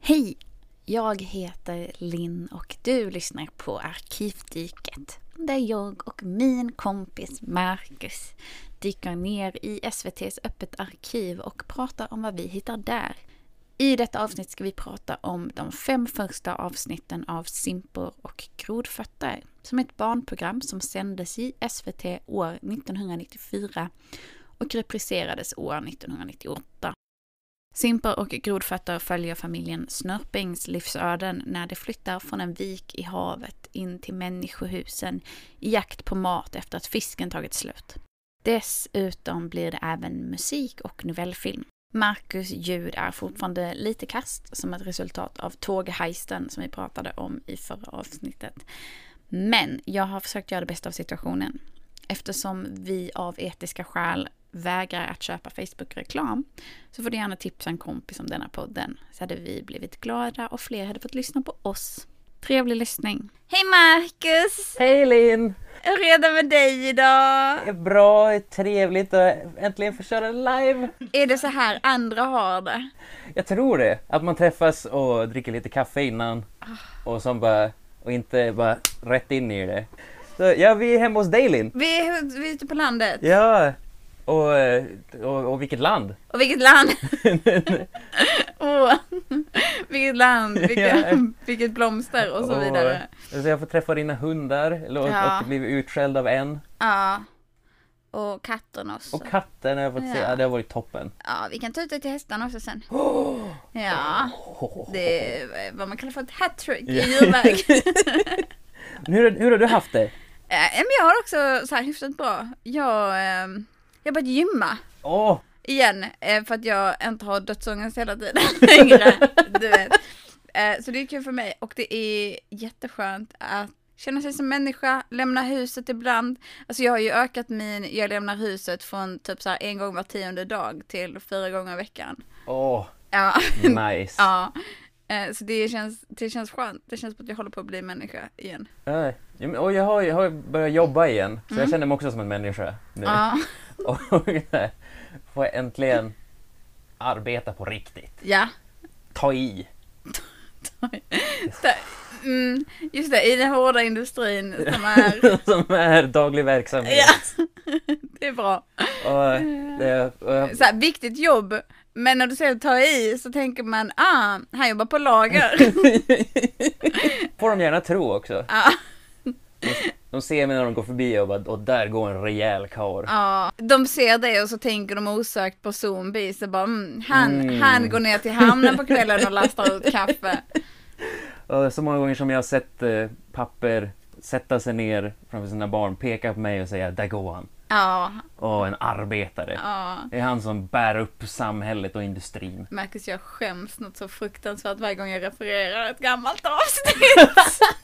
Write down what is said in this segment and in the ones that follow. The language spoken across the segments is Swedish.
Hej! Jag heter Linn och du lyssnar på Arkivdyket. Där jag och min kompis Marcus dyker ner i SVT:s öppet arkiv och pratar om vad vi hittar där. I detta avsnitt ska vi prata om de 5 första avsnitten av Simpor och grodfötter, som är ett barnprogram som sändes i SVT år 1994 och repriserades år 1998. Simpor och grodfötter följer familjen Snörpings livsöden när de flyttar från en vik i havet in till människohusen i jakt på mat efter att fisken tagit slut. Dessutom blir det även musik och novellfilm. Marcus ljud är fortfarande lite kast som ett resultat av tåghajsten som vi pratade om i förra avsnittet. Men jag har försökt göra det bästa av situationen. Eftersom vi av etiska skäl vägrar att köpa Facebook-reklam så får du gärna tipsa en kompis om denna podden, så hade vi blivit glada och fler hade fått lyssna på oss. Trevlig lyssning. Hej Marcus! Hej Linn! Hur är det med dig idag? Det är bra, det är trevligt och äntligen få köra live. Är det så här andra har det? Jag tror det, att man träffas och dricker lite kaffe innan och som bara, och inte bara rätt in i det. Så, ja, vi är hemma hos dig Linn. Vi är ute på landet. Ja, och vilket land? Och vilket land? Vilket land, vilket blomster och så vidare. Så jag får träffa dina hundar och blivit utskälld av en. Ja, och katten också. Och katten har jag fått se, ja, det har varit toppen. Ja, vi kan ta ut det till hästarna också sen. Ja, det är vad man kallar för ett hattrick i djurväg. Hur har du haft det? Men jag har också så här hyfsat bra. Jag har börjat gymma. Igen, för att jag inte har dödsångest hela tiden längre, du vet. Så det är kul för mig och det är jätteskönt att känna sig som människa, lämna huset ibland. Alltså jag har ju ökat jag lämnar huset från typ så här 1 gång var 10:e dag till 4 gånger i veckan. Ja, nice. Ja. Så det känns skönt. Det känns som att jag håller på att bli människa igen. Och jag har börjat jobba igen. Så jag känner mig också som en människa nu. Ja. Och får äntligen arbeta på riktigt. Ja. Ta i. Just det, i den hårda industrin som är daglig verksamhet. Ja, det är bra. Och så här, viktigt jobb. Men när du säger ta i så tänker man, han jobbar på lager. Får de gärna tro också. Ja. De ser mig när de går förbi och bara, och där går en rejäl kar. Ja, de ser det och så tänker de osökt på zombie. Så bara, han går ner till hamnen på kvällen och lastar ut kaffe. Och så många gånger som jag har sett papper sätta sig ner framför sina barn, peka på mig och säga, där går han. Ja. Och en arbetare. Ja. Det är han som bär upp samhället och industrin. Marcus, jag skäms något så fruktansvärt varje gång jag refererar ett gammalt avsnitt.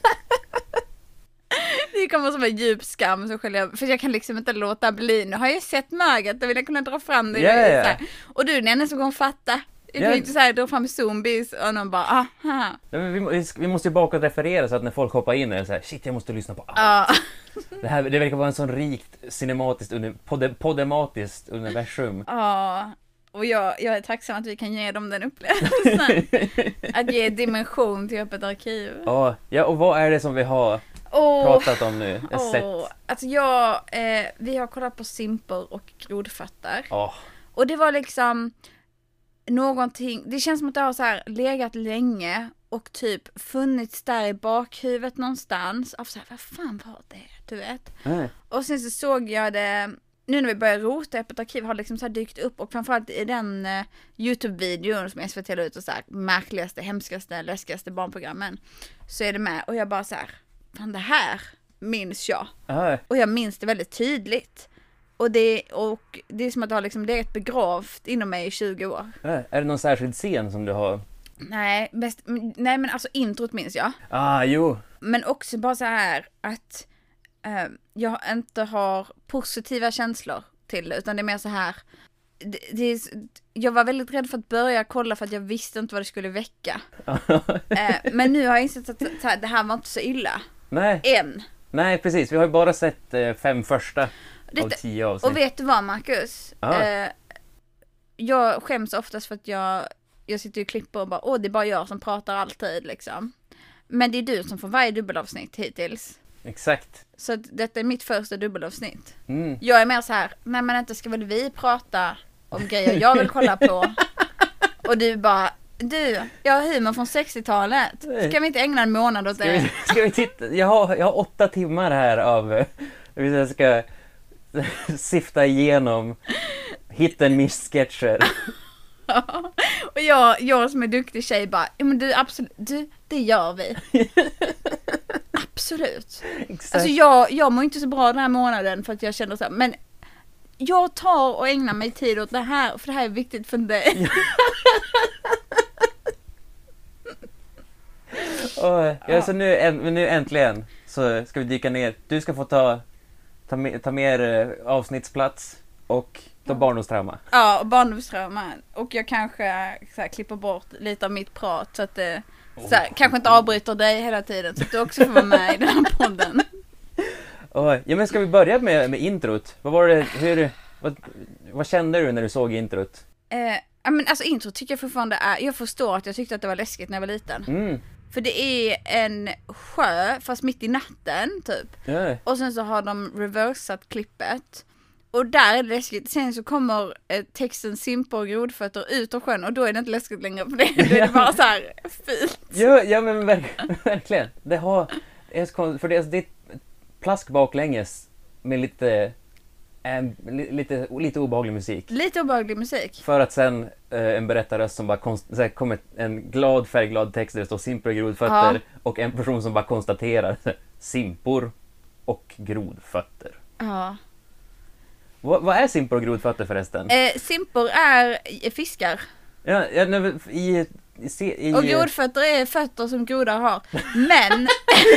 Det kommer som en djup skam så för jag kan liksom inte låta bli. Nu har jag sett möget, då vill jag kunna dra fram det. Yeah. Och du är den enda som kommer fatta. Jag kan inte så här dra fram zombies och någon bara, Vi måste ju baka och referera så att när folk hoppar in och säger, shit, jag måste lyssna på allt. Det verkar vara en sån rikt cinematiskt, podematiskt universum. Ja, och jag är tacksam att vi kan ge dem den upplevelsen. Att ge dimension till öppet arkiv. Ja, och vad är det som vi har pratat om nu? Alltså vi har kollat på Simpor och grodfötter. Och det var liksom någonting, det känns som att det har så här legat länge och typ funnits där i bakhuvudet någonstans av så här, vad fan var det, du vet? Och sen så såg jag det nu när vi börjar rota i öppet arkiv har liksom så här dykt upp och framförallt i den YouTube-videon som SVT la ut och så här märkligaste, hemskaste, läskigaste barnprogrammen så är det med och jag bara så här, fan det här minns jag. Och jag minns det väldigt tydligt. Och det är som att det har liksom legat begravt inom mig i 20 år. Är det någon särskild scen som du har? Nej, men alltså introt minns jag. Jo. Men också bara så här att jag inte har positiva känslor till det, utan det är mer så här jag var väldigt rädd för att börja kolla för att jag visste inte vad det skulle väcka. Men nu har jag insett att så här, det här var inte så illa. Nej. Än. Nej, precis. Vi har ju bara sett 5 första av 10 avsnitt. Och vet du vad, Marcus? Jag skäms oftast för att jag jag sitter ju och klipper och bara, det är bara jag som pratar alltid liksom. Men det är du som får varje dubbelavsnitt hittills. Exakt. Så att detta är mitt första dubbelavsnitt. Jag är mer så här, nej men inte ska väl vi prata om grejer jag vill kolla på. Och du bara, jag har humor från 60-talet. Ska vi inte ägna en månad åt det? Ska vi titta? Jag har 8 timmar här av, jag ska sifta igenom hit and miss sketcher. Och jag som är duktig tjej bara, men du absolut, det gör vi. Absolut. Exakt. Alltså jag mår inte så bra den här månaden för att jag känner så här, men jag tar och ägnar mig tid åt det här för det här är viktigt för dig. Så nu äntligen så ska vi dyka ner. Du ska få ta mer avsnittsplats och ta barndomstrauma. Ja, och barndomstrauma. Och jag kanske så här, klipper bort lite av mitt prat så att det kanske inte avbryter dig hela tiden så att du också får vara med i den här podden. Ja, men ska vi börja med introt? Vad var det, vad kände du när du såg introt? Men alltså introt tycker jag fortfarande jag förstår att jag tyckte att det var läskigt när jag var liten. För det är en sjö fast mitt i natten typ. Ja. Och sen så har de reversat klippet. Och där är det läskigt. Sen så kommer texten simpor och grodfötter ut ur sjön och då är det inte läskigt längre för det. Då är det bara så här fint. Ja men verkligen. Det är ett plask baklänges med lite obehaglig musik. Lite obehaglig musik. För att sen en berättarröst som bara kommer en glad färgglad text där det står simpor och grodfötter och en person som bara konstaterar simpor och grodfötter. Ja. Vad är simpor och grodfötter förresten? Simpor är fiskar. Ja, och grodfötter är fötter som grodar har. Men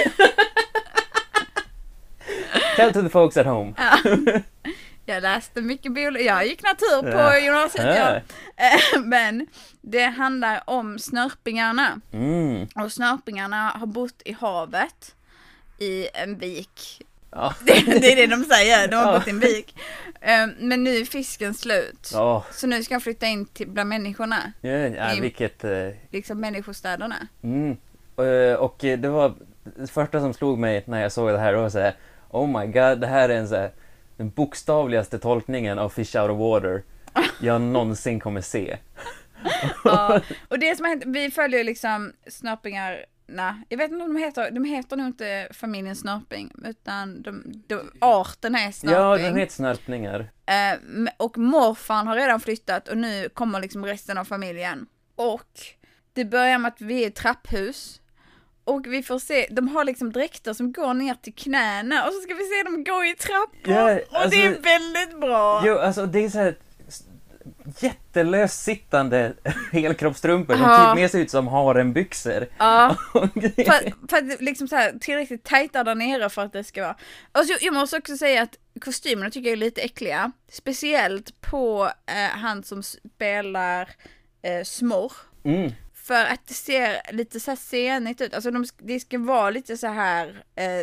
tell to the folks at home. Ja. Jag läste mycket biologi. Jag gick natur på gymnasiet. Men det handlar om snörpingarna. Och snörpingarna har bott i havet i en vik. Ja. Det är det de säger. De har bott i en vik. Men nu är fisken slut. Så nu ska jag flytta in bland människorna. Vilket liksom människostäderna. Och det var det första som slog mig när jag såg det här och så här, oh my god, det här är den bokstavligaste tolkningen av Fish Out of Water jag någonsin kommer se. Ja, och det som har hänt, vi följer liksom snörpingarna. Jag vet inte om de heter nog inte familjen snörping utan arten är snörping. Ja, den heter snörpningar. Och morfan har redan flyttat och nu kommer liksom resten av familjen. Och det börjar med att vi är i ett trapphus. Och vi får se, de har liksom dräkter som går ner till knäna och så ska vi se dem gå i trappor. Ja, alltså, och det är väldigt bra. Jo, alltså det är så här jättelöst sittande helkroppstrumpor som typ mer ser ut som harenbyxor. Ja. för att liksom så här, tillräckligt tajta där nere för att det ska vara. Alltså, jag måste också säga att kostymerna tycker jag är lite äckliga. Speciellt på han som spelar Smor. För att det ser lite så här scenigt ut. Alltså det ska vara lite så här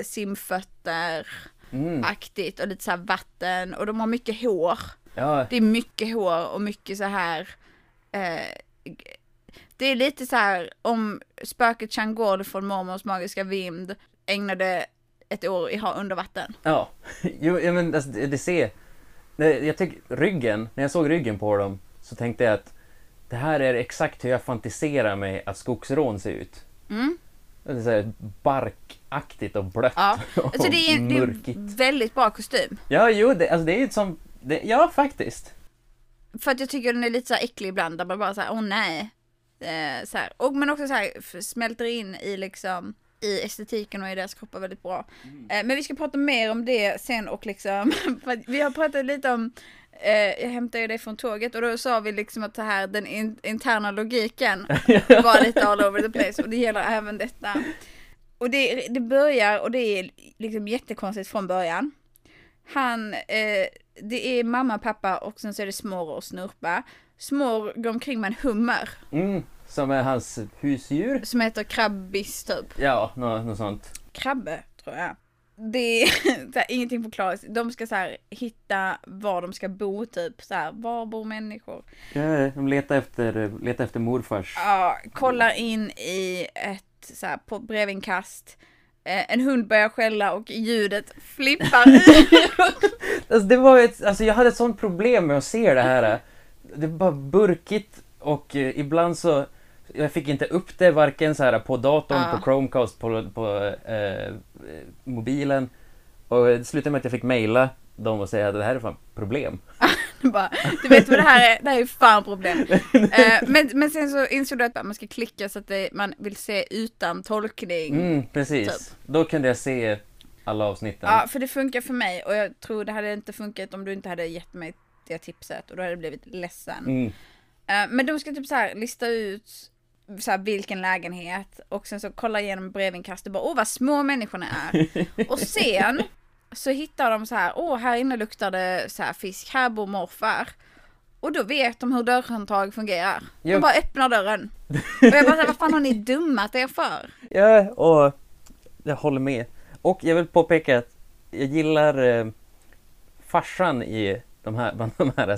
simfötter-aktigt och lite så här vatten. Och de har mycket hår. Ja. Det är mycket hår och mycket så här... det är lite så här om spöket Changord från Mormors magiska vind ägnade ett år under vatten. Ja, men alltså, det ser... Jag tycker ryggen, när jag såg ryggen på dem så tänkte jag att det här är exakt hur jag fantiserar mig att skogsrån ser ut. Det är så här barkaktigt och blött. Ja. Och alltså det är väldigt bra kostym. Ja, det är ju som... ja, faktiskt. För att jag tycker den är lite så här äcklig ibland. Där man bara så här, nej. Så här. Men också så här, smälter in i liksom... i estetiken och i deras kroppar väldigt bra. Men vi ska prata mer om det sen och liksom... för vi har pratat lite om... jag hämtade ju det från tåget och då sa vi liksom att det här, den interna logiken var lite all over the place och det gäller även detta. Och det börjar och det är liksom jättekonstigt från början. Det är mamma, pappa och sen så är det Smor och Snurpa. Smor går omkring med en hummer. Som är hans husdjur. Som heter Krabbis typ. Ja, något sånt. Krabbe, tror jag. det är så här, ingenting förklaras. De ska så här, hitta var de ska bo typ. Så här, var bor människor? Ja, de letar efter morfars. Ja, kollar in i ett så här, på brevinkast. En hund börjar skälla och ljudet flippar alltså, jag hade ett sånt problem med att se det här. Det var bara burkigt och ibland så jag fick inte upp det varken så här på datorn, på Chromecast, på mobilen. Och det slutade med att jag fick mejla dem och säga att det här är fan problem. Du vet vad det här är? Det här är fan problem. Men sen så insåg du att man ska klicka så att man vill se utan tolkning. Precis. Typ. Då kunde jag se alla avsnitten. Ja, för det funkar för mig. Och jag tror det hade inte funkat om du inte hade gett mig det tipset. Och då hade jag blivit ledsen. Men de ska typ så här lista ut så här, vilken lägenhet. Och sen så kolla igenom brevinkast och bara, vad små människorna är. Och sen så hittar de så här, här inne luktar det så här fisk, här bor morfar. Och då vet de hur dörrhandtag fungerar. De bara öppnar dörren. Och jag bara, vad fan har ni dummat er för? Ja, och jag håller med. Och jag vill påpeka att jag gillar farsan i de här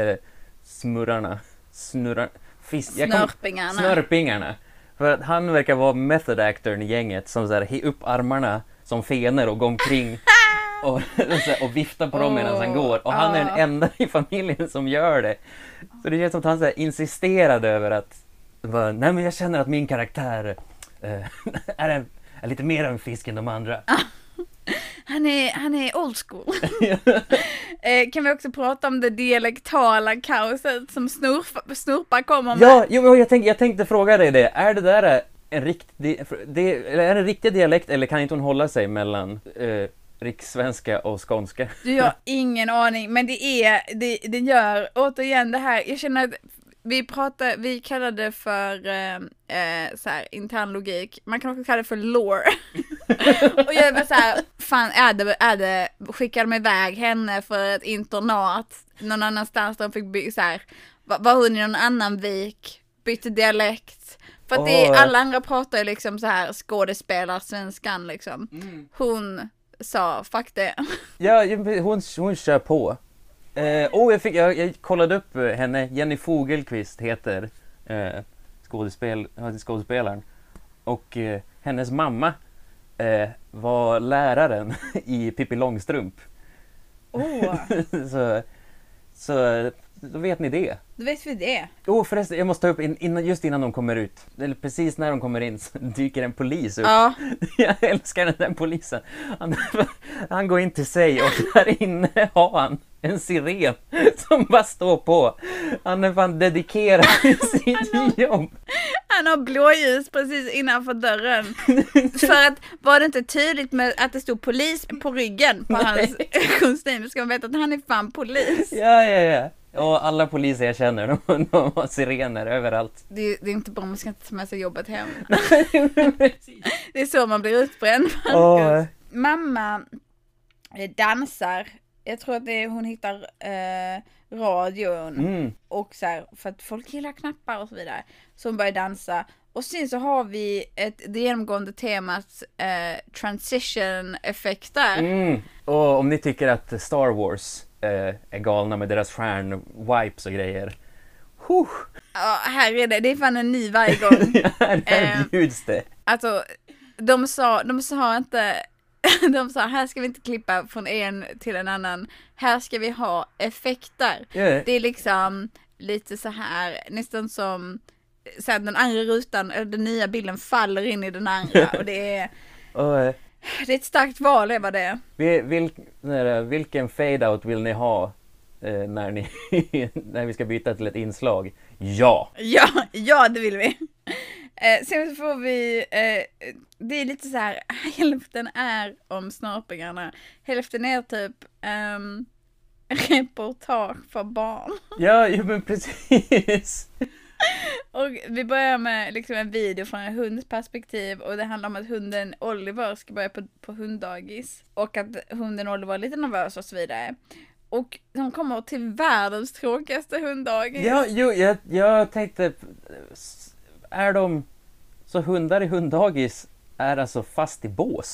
snörpingarna. För att han verkar vara method actorn i gänget som så här, upp armarna som fener och går omkring och viftar på dem medan han går. Och han är den enda i familjen som gör det. Så det känns som att han så här, insisterade över att nej, men jag känner att min karaktär är lite mer av en fisk än de andra. Han är old school. Kan vi också prata om det dialektala kaoset som snurpar kommer med? Ja, jag tänkte fråga dig det. Är det där en riktig dialekt eller kan inte hon hålla sig mellan rikssvenska och skånska? Du har ingen aning, men det gör återigen det här. Jag känner att vi kallar det för så här, intern logik. Man kan också kalla det för lore. Och jag är bara så här, fan är det skickade mig iväg henne för ett internat någon annanstans där de fick bygga så här, var hon i någon annan vik, bytte dialekt. För att alla andra pratar ju liksom så här skådespelarsvenskan liksom. Hon sa fuck det. Ja, hon kör på. Jag kollade upp henne. Jenny Fogelqvist heter skådespelaren. Och hennes mamma var läraren i Pippi Långstrump. Så då vet ni det. Då vet vi det. Förresten, jag måste ta upp just innan de kommer ut. Eller precis när de kommer in så dyker en polis upp. Ja. Jag älskar den där polisen. Han går in till sig och där inne har han en siren som bara står på. Han är fan dedikerad till sitt jobb. Han har blåljus precis innanför dörren. För att var det inte tydligt med att det stod polis på ryggen på hans kostym, ska man veta att han är fan polis. Ja. Och alla poliser jag känner, de har sirener överallt. Det är inte bra, man ska inte ta med sig jobbet hem. Det är så man blir utbränd. Mamma dansar. Jag tror att hon hittar radion och så här, för att folk gillar knappar och så vidare. Så hon börjar dansa. Och sen så har vi det genomgående temat transition-effekter. Och om ni tycker att Star Wars är galna med deras stjärn-wipes och grejer. Ja, här är det. Det är fan en ny varje gång. Här bjuds det. Alltså, de sa inte... De sa, här ska vi inte klippa från en till en annan. Här ska vi ha effekter. Yeah. Det är liksom lite så här, nästan som så här, den andra rutan, eller den nya bilden faller in i den andra. Och det är ett starkt val, det var det. Vilken fade-out vill ni ha när vi ska byta till ett inslag? Ja, det vill vi. Sen får vi det är lite så här, hälften är om snörpingarna, hälften är typ reportage för barn. Ja, men precis. Och vi börjar med liksom en video från en hunds perspektiv, och det handlar om att hunden Oliver ska börja på hunddagis och att hunden Oliver är lite nervös och så vidare. Och de kommer till världens tråkigaste hunddagis. Ja, jag tänkte, är de så hundar i hunddagis är alltså fast i bås?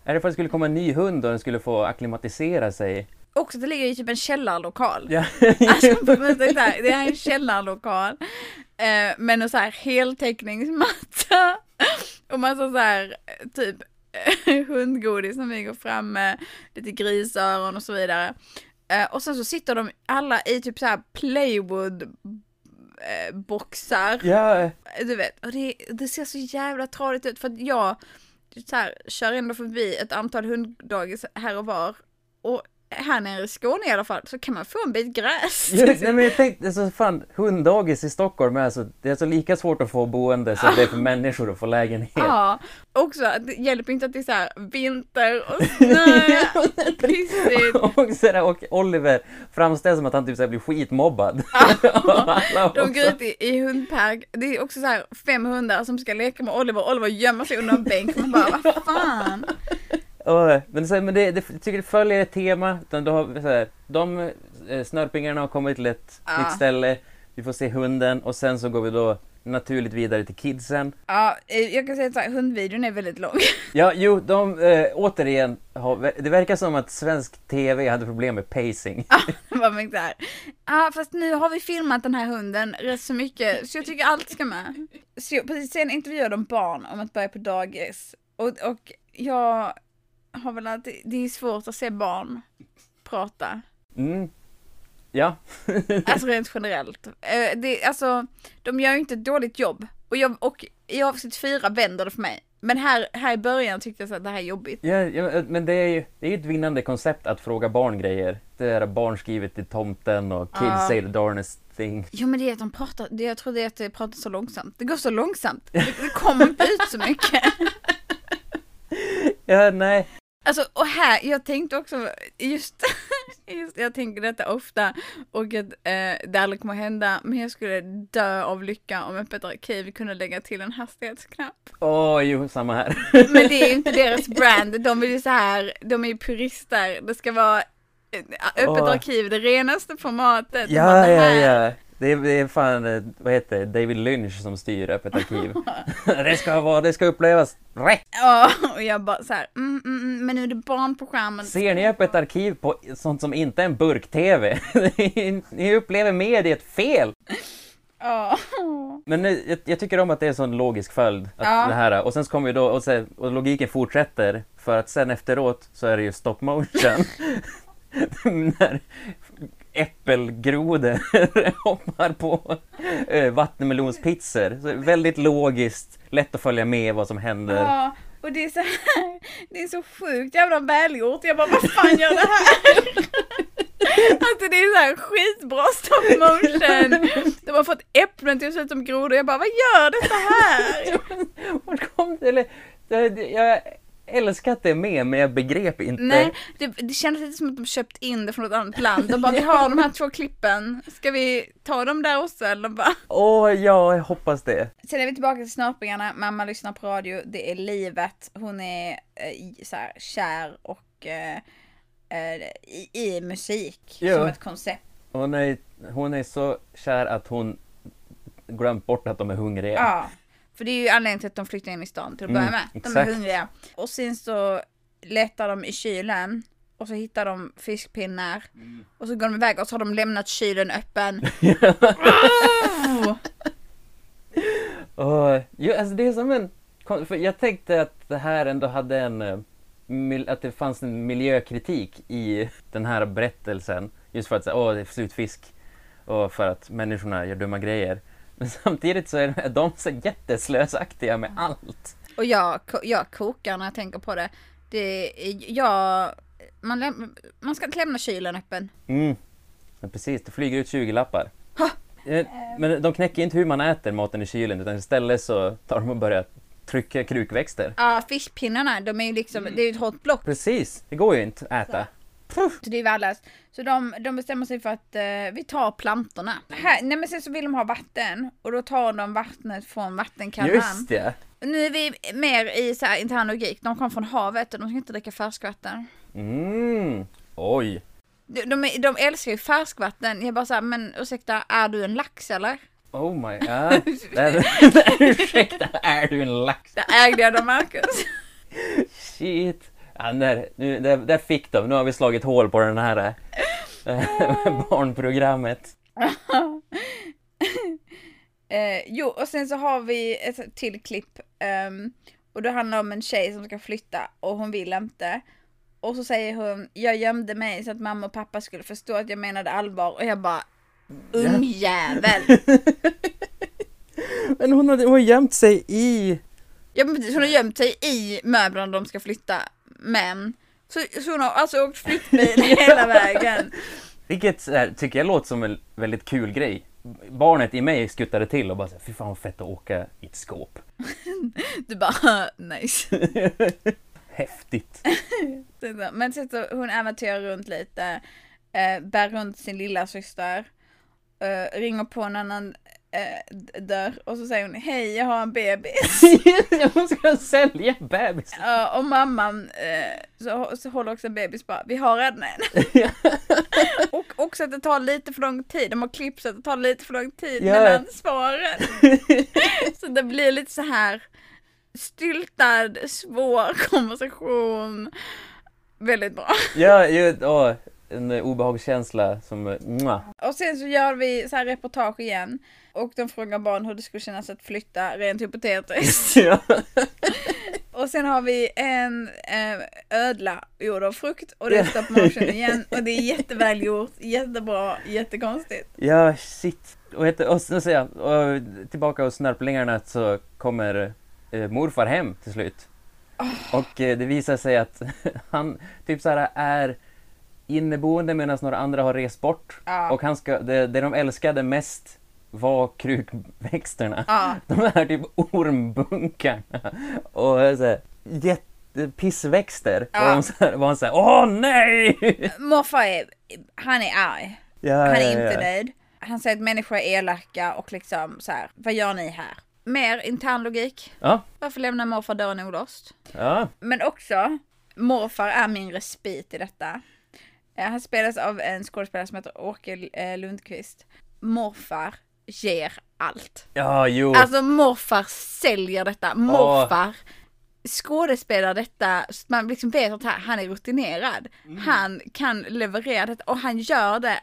Är det för att det skulle komma en ny hund och den skulle få akklimatisera sig? Också att det ligger i typ en källarlokal. Ja. Alltså, det är en källarlokal. Med någon så här heltäckningsmatta. Och massa så här typ hundgodis som vi går fram med. Lite grisöron och så vidare. Och sen så sitter de alla i typ så här plywood boxar. Ja. Du vet, och det ser så jävla tradigt ut. För att jag så här, kör ändå förbi ett antal hunddagis här och var. Och här nere i Skåne i alla fall så kan man få en bit gräs. Nej, men jag tänkte, alltså, fan, hunddagis i Stockholm är alltså, det är alltså lika svårt att få boende som det är för människor att få lägenhet. Ja, också att det hjälper inte att det är så här vinter och snö. Pissigt. Och Oliver framställs som att han typ så här blir skitmobbad. De går ut i hundpark. Det är också så här 5 hundar som ska leka med Oliver. Oliver gömmer sig under en bänk. Man bara, vad fan? Men det tycker det följer ett tema. Utan de snörpingarna har kommit till ett nytt ställe. Vi får se hunden och sen så går vi då naturligt vidare till kidsen. Ja, jag kan säga att hundvideon är väldigt lång. Ja, jo, återigen, det verkar som att svensk tv hade problem med pacing. Ja, det var mycket där. Ja, fast nu har vi filmat den här hunden rätt så mycket, så jag tycker allt ska med. Så precis sen intervjuade de barn om att börja på dagis. Och jag har väl att det är svårt att se barn prata. Ja. Alltså rent generellt. Alltså, de gör ju inte ett dåligt jobb. Och i avsnitt 4 vänder det för mig. Men här i början tyckte jag att det här är jobbigt. Ja, men det är ju ett vinnande koncept att fråga barn grejer. Det är barn skrivet till tomten och kids say the darnest thing. Ja, men det är att de pratar, jag tror det är att de pratar så långsamt. Det går så långsamt. Det kommer inte ut så mycket. Ja, nej. Alltså, och här, jag tänkte också, just jag tänker detta ofta och att det aldrig kommer hända, men jag skulle dö av lycka om Öppet arkiv kunde lägga till en hastighetsknapp. Jo, samma här. Men det är ju inte deras brand, de vill ju så här, de är ju purister, det ska vara Öppet arkiv, det renaste formatet. Ja. Det är fan, vad heter det? David Lynch som styr Öppet arkiv. Det ska upplevas rätt. Ja, och jag bara så här, men nu är det barn på skärmen. Ser ni Öppet arkiv på sånt som inte är en burk-tv? Ni upplever mediet fel. Ja. Men jag tycker om att det är en sån logisk följd. Att det här, och sen så kommer vi då, och logiken fortsätter. För att sen efteråt så är det ju stop motion. När äppelgrodor hoppar på vattenmelonspizzor. Så väldigt logiskt, lätt att följa med vad som händer. Ja, och det är så här, det är så sjukt jävla välgjort. Jag bara, vad fan gör det här? Alltså det är så här skitbra stop motion. De har fått äpplen till att se ut som grodor. Jag bara, vad gör det så här? Vart kom det? Jag älskar att det är med, men jag begrep inte. Nej, det kändes lite som att de köpt in det från något annat land. De bara, vi har de här 2 klippen. Ska vi ta dem där också? Eller bara... Ja, jag hoppas det. Sen är vi tillbaka till snörpingarna. Mamma lyssnar på radio. Det är livet. Hon är så här kär och i musik som ett koncept. Hon är så kär att hon glömt bort att de är hungriga. Ja. För det är ju anledningen till att de flyttar in i stan till att börja med. De är hungriga. Och sen så letar de i kylen. Och så hittar de fiskpinnar. Och så går de iväg och så har de lämnat kylen öppen. Alltså det är som en... För jag tänkte att det här ändå hade att det fanns en miljökritik i den här berättelsen. Just för att det är slutfisk. Och för att människorna gör dumma grejer. Men samtidigt så är de så jätteslösaktiga med allt. Och jag kokar när jag tänker på det. Man ska inte lämna kylen öppen. Men precis, det flyger ut 20 lappar. Men de knäcker inte hur man äter maten i kylen, utan istället så tar de och börjar trycka krukväxter. Ja, fiskpinnarna, de är ju liksom, det är ju ett hårt block. Precis, det går ju inte att äta. Så det är värdelöst. Så de bestämmer sig för att vi tar plantorna. Men sen så vill de ha vatten. Och då tar de vattnet från vattenkannan. Just det. Nu är vi mer i så här intern logik. De kommer från havet och de ska inte dricka färskvatten. Oj. De älskar ju färskvatten. Jag bara så här, men ursäkta, är du en lax eller? Oh my god. Ursäkta, är du en lax? Där ägde jag dem, Marcus. Shit. Ja, där fick de. Nu har vi slagit hål på den här barnprogrammet. Jo, och sen så har vi ett till klipp. Och det handlar om en tjej som ska flytta och hon vill inte. Och så säger hon, jag gömde mig så att mamma och pappa skulle förstå att jag menade allvar. Och jag bara, ungjävel. Men hon har gömt sig i... Ja, men hon har gömt sig i möblerna de ska flytta. Men, så hon har alltså åkt flyttbil hela vägen. Vilket tycker jag låter som en väldigt kul grej. Barnet i mig skuttade till och bara så här, fy fan vad fett att åka i ett skåp. Du bara, nice. Häftigt. Men sen så hon äventyrar runt lite, bär runt sin lilla syster, ringer på en annan dörr och så säger hon, hej, jag har en bebis. Hon ska sälja bebis. Och mamman så håller också en bebis bara, vi har redan en. Och också att det tar lite för lång tid. De har klippt så att det tar lite för lång tid mellan svaren. Så det blir lite så här styltad, svår konversation. Väldigt bra. Ja, en obehagskänsla som... Och sen så gör vi så här reportage igen. Och de frågar barn hur det skulle kännas att flytta rent hypotetiskt. Ja. Och sen har vi en ödla gjord av frukt. Och det är stop motion igen. Och det är jätteväl gjort, jättebra, jättekonstigt. Ja, shit. Och tillbaka hos Snörplingarna så kommer morfar hem till slut. Och det visar sig att han typ så här är inneboende medan några andra har rest bort. Och han ska, det de älskade mest var krukväxterna. De här typ ormbunkarna och så här, pissväxter. Och han så här, åh nej! Morfar han är arg. Han är inte nöjd. Han säger att människor är elaka och liksom så här, vad gör ni här? Mer intern logik. Varför lämnar morfar dörren olåst? Men också, morfar är min respit i detta. Han spelas av en skådespelare som heter Åke Lundqvist. Morfar ger allt. Alltså morfar säljer detta. Morfar skådespelar detta så man liksom vet att han är rutinerad. Han kan leverera detta och han gör det.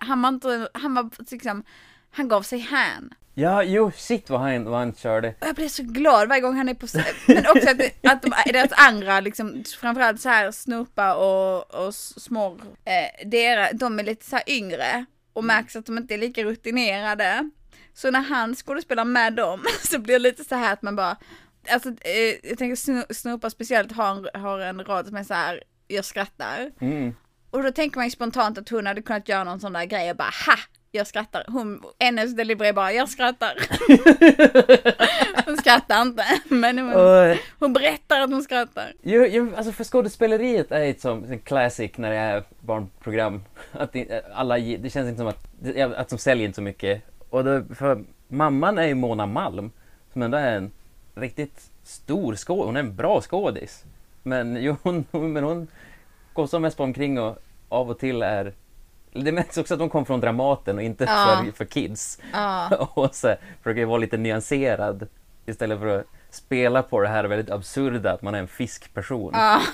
Han gav sig hän. Shit vad han körde. Jag blir så glad varje gång han är på men också att deras andra liksom, framförallt så här Snurpa och Smorr, de är lite så här yngre och märks att de inte är lika rutinerade. Så när han skådespelar med dem så blir det lite så här att man bara, alltså jag tänker Snurpa speciellt har en rad som är så här, jag skrattar. Och då tänker man ju spontant att hon hade kunnat göra någon sån där grej och bara, ha! Jag skrattar. Hennes delivery bara, jag skrattar. Hon skrattar inte, men hon berättar att hon skrattar. Alltså för skådespeleriet är ett som en classic när det är barnprogram. Att det känns inte som att de säljer inte så mycket. Och för mamman är ju Mona Malm, som ändå är en riktigt stor skådis. Hon är en bra skådis. Men hon går så mest på omkring och av och till är... Det märks också att de kom från Dramaten och inte för kids. Och så försöker vara lite nyanserad istället för att spela på det här väldigt absurda att man är en fiskperson.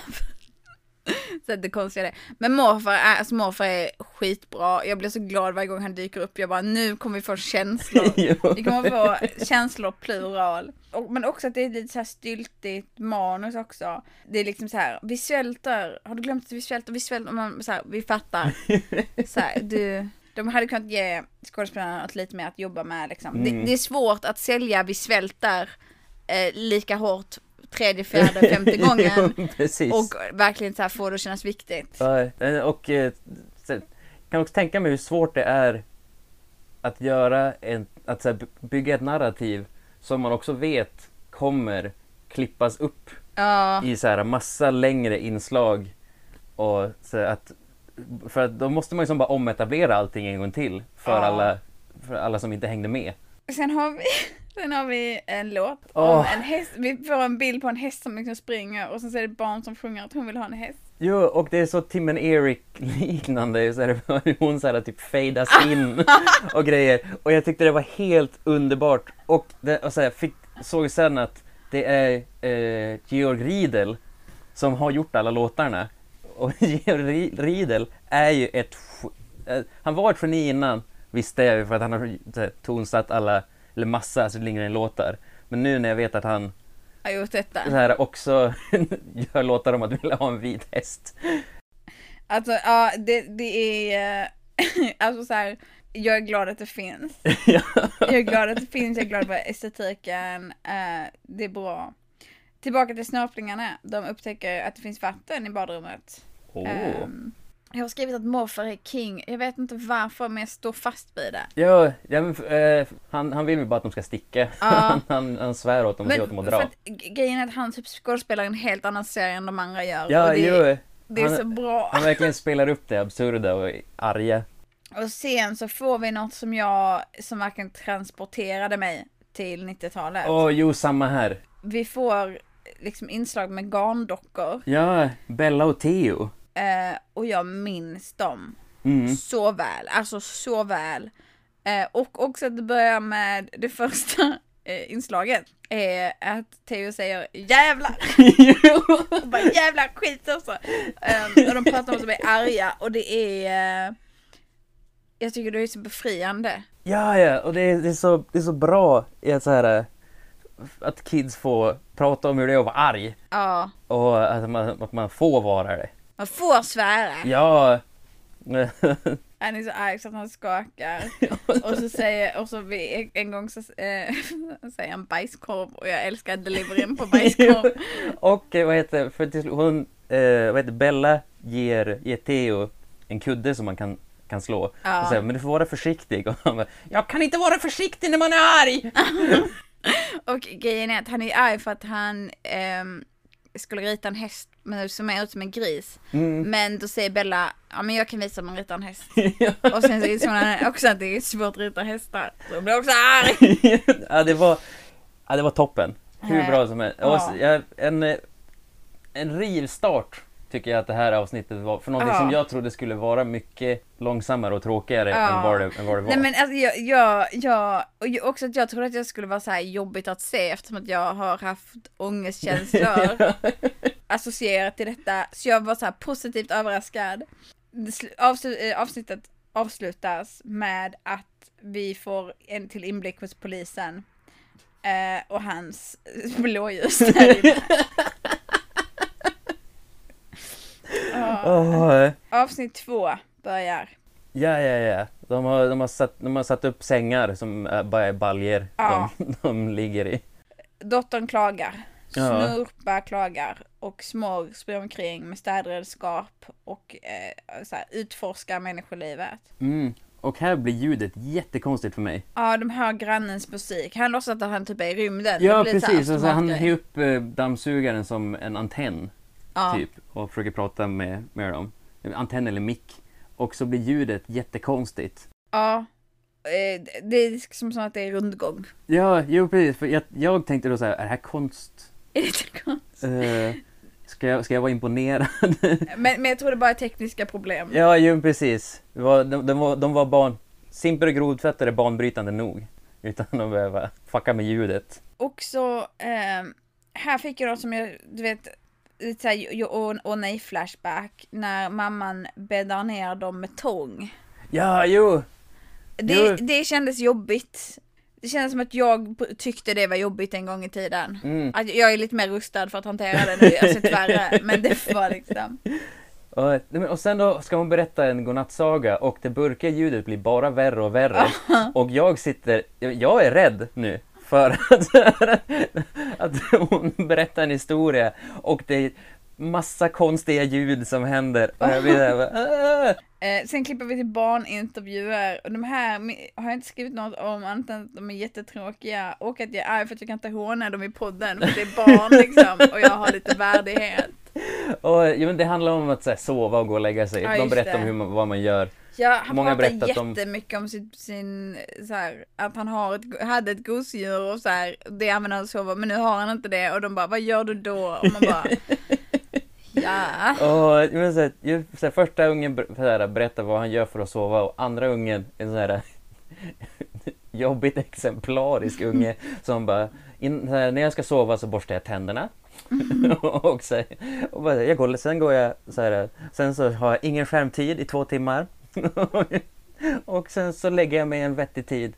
Så det konstiga är det. Men morfar är skitbra. Jag blir så glad varje gång han dyker upp. Jag bara, nu kommer vi få känslor. Vi kommer få känslor plural. Men också att det är lite så här styltigt manus också. Det är liksom så här, vi svälter. Har du glömt att vi svälter? Så här, vi fattar. Så här, de hade kunnat ge skådespelarna lite mer att jobba med. Liksom. Det är svårt att sälja vi svälter lika hårt 3:e, 4:e, 5:e gången. Precis. Och verkligen så här få det att kännas viktigt. Och kan också tänka mig hur svårt det är att göra att så här, bygga ett narrativ som man också vet kommer klippas upp i så här massa längre inslag och så för att då måste man ju som bara ometablera allting en gång till för alla som inte hängde med. Sen har vi en låt om en häst. Vi får en bild på en häst som liksom springer och sen så är det barn som sjunger att hon vill ha en häst. Jo, och det är så Tim and Eric liknande, så är det hon så här typ fadas in och grejer. Och jag tyckte det var helt underbart. Och så här, såg sen att det är Georg Riedel som har gjort alla låtarna. Och Georg Riedel är ju han var ett geni innan, visste jag, för att han har tonsatt alla, eller massa Astrid Lindgren-låtar. Men nu när jag vet att han har gjort detta. Så här, också gör låtar om att vilja ha en vit häst. Alltså, ja, det är... alltså så här, jag är glad att det finns. Ja. Jag är glad att det finns, jag är glad på estetiken. Det är bra. Tillbaka till snörplingarna. De upptäcker att det finns vatten i badrummet. Jag har skrivit att morfar är king. Jag vet inte varför, men jag står fast vid det. Ja, han vill ju bara att de ska sticka. Ja. han svär åt dem och säger åt dem att dra. För att grejen är att han typ skådespelar en helt annan serie än de andra gör. Ja, och det är så bra. Han verkligen spelar upp det absurda och arga. Och sen så får vi något som verkligen transporterade mig till 90-talet. Samma här. Vi får liksom inslag med garndockor. Ja, Bella och Theo. Och jag minns dem så väl. Alltså så väl. Och också att det börjar med det första inslaget. Är att Theo säger jävlar. Och bara jävlar skit också. Och de pratar om att de är arga. Och det är... jag tycker det är så befriande. Ja, och det är så bra i att så här, att kids får prata om hur det är att vara arg. Ja. Och att man får vara det. Man får svära. Ja. Han är så arg så att han skakar. och så en gång så säger han bajskorv. Och jag älskar deliveryn på bajskorv. Och Bella ger Theo en kudde som man kan slå. Ja. Och säger, men du får vara försiktig. Och han bara, jag kan inte vara försiktig när man är arg! Och grejen är att han är arg för att han skulle rita en häst som är ut som en gris. Men då säger Bella, ja men jag kan visa om man ritar en häst. Och sen så insåg han också att det är svårt att rita hästar. Så de blir också arg! Ja, det var toppen. Hur bra som helst. Ja. En rivstart tycker jag att det här avsnittet var. För någonting som jag trodde skulle vara mycket långsammare och tråkigare än vad det var. Nej, men alltså och också att jag trodde att jag skulle vara så här jobbigt att se eftersom att jag har haft ångestkänslor associerat till detta. Så jag var så här positivt överraskad. Avsnittet avslutas med att vi får en till inblick hos polisen och hans blåljus där. Avsnitt 2 börjar. Ja. De har satt upp sängar som bara är baljer de ligger i. Dottern klagar. Snurpa klagar. Och Smorg springer omkring med städredskap och utforskar människolivet. Och här blir ljudet jättekonstigt för mig. Ja, de hör grannens musik. Han låtsas att han typ är i rymden. Ja, precis. Alltså, han har upp dammsugaren som en antenn. Typ, och försöker prata med dem. Antenn eller mick. Och så blir ljudet jättekonstigt. Ja, det är som att det är rundgång. Ja, precis. För jag tänkte då så här, är det här konst? Är det konst? Ska jag vara imponerad? men jag tror det bara är tekniska problem. Ja, precis. De var barn. Simpel och grodfötter är banbrytande nog. Utan att behöva fucka med ljudet. Och så, här fick jag då som jag, du vet... och nej flashback när mamman bäddar ner dem med tång. Ja, jo. Det kändes jobbigt. Det kändes som att jag tyckte det var jobbigt en gång i tiden. Att jag är lite mer rustad för att hantera det nu. Jag sett värre, men det var liksom. Och sen då ska hon berätta en godnattsaga och det burkiga ljudet blir bara värre och värre. Och jag är rädd nu. För att hon berättar en historia och det är massa konstiga ljud som händer. Och jag blir sen klipper vi till barnintervjuer. Och de här har jag inte skrivit något om annat än att de är jättetråkiga. Och att jag är arg för att jag kan inte håna dem i podden. För det är barn liksom. Och jag har lite värdighet. Men det handlar om att sova och gå och lägga sig. De berättar om vad man gör. Ja, han pratar jättemycket om sin så här, att han hade ett gosedjur och så här, det använder han att sova, men nu har han inte det och de bara, vad gör du då? Och man bara, ja. Första ungen berättar vad han gör för att sova och andra ungen en sån här jobbigt exemplarisk unge som bara, när jag ska sova så borstar jag tänderna. och sen går jag så här, sen så har jag ingen skärmtid i 2 timmar. och sen så lägger jag mig en vettig tid.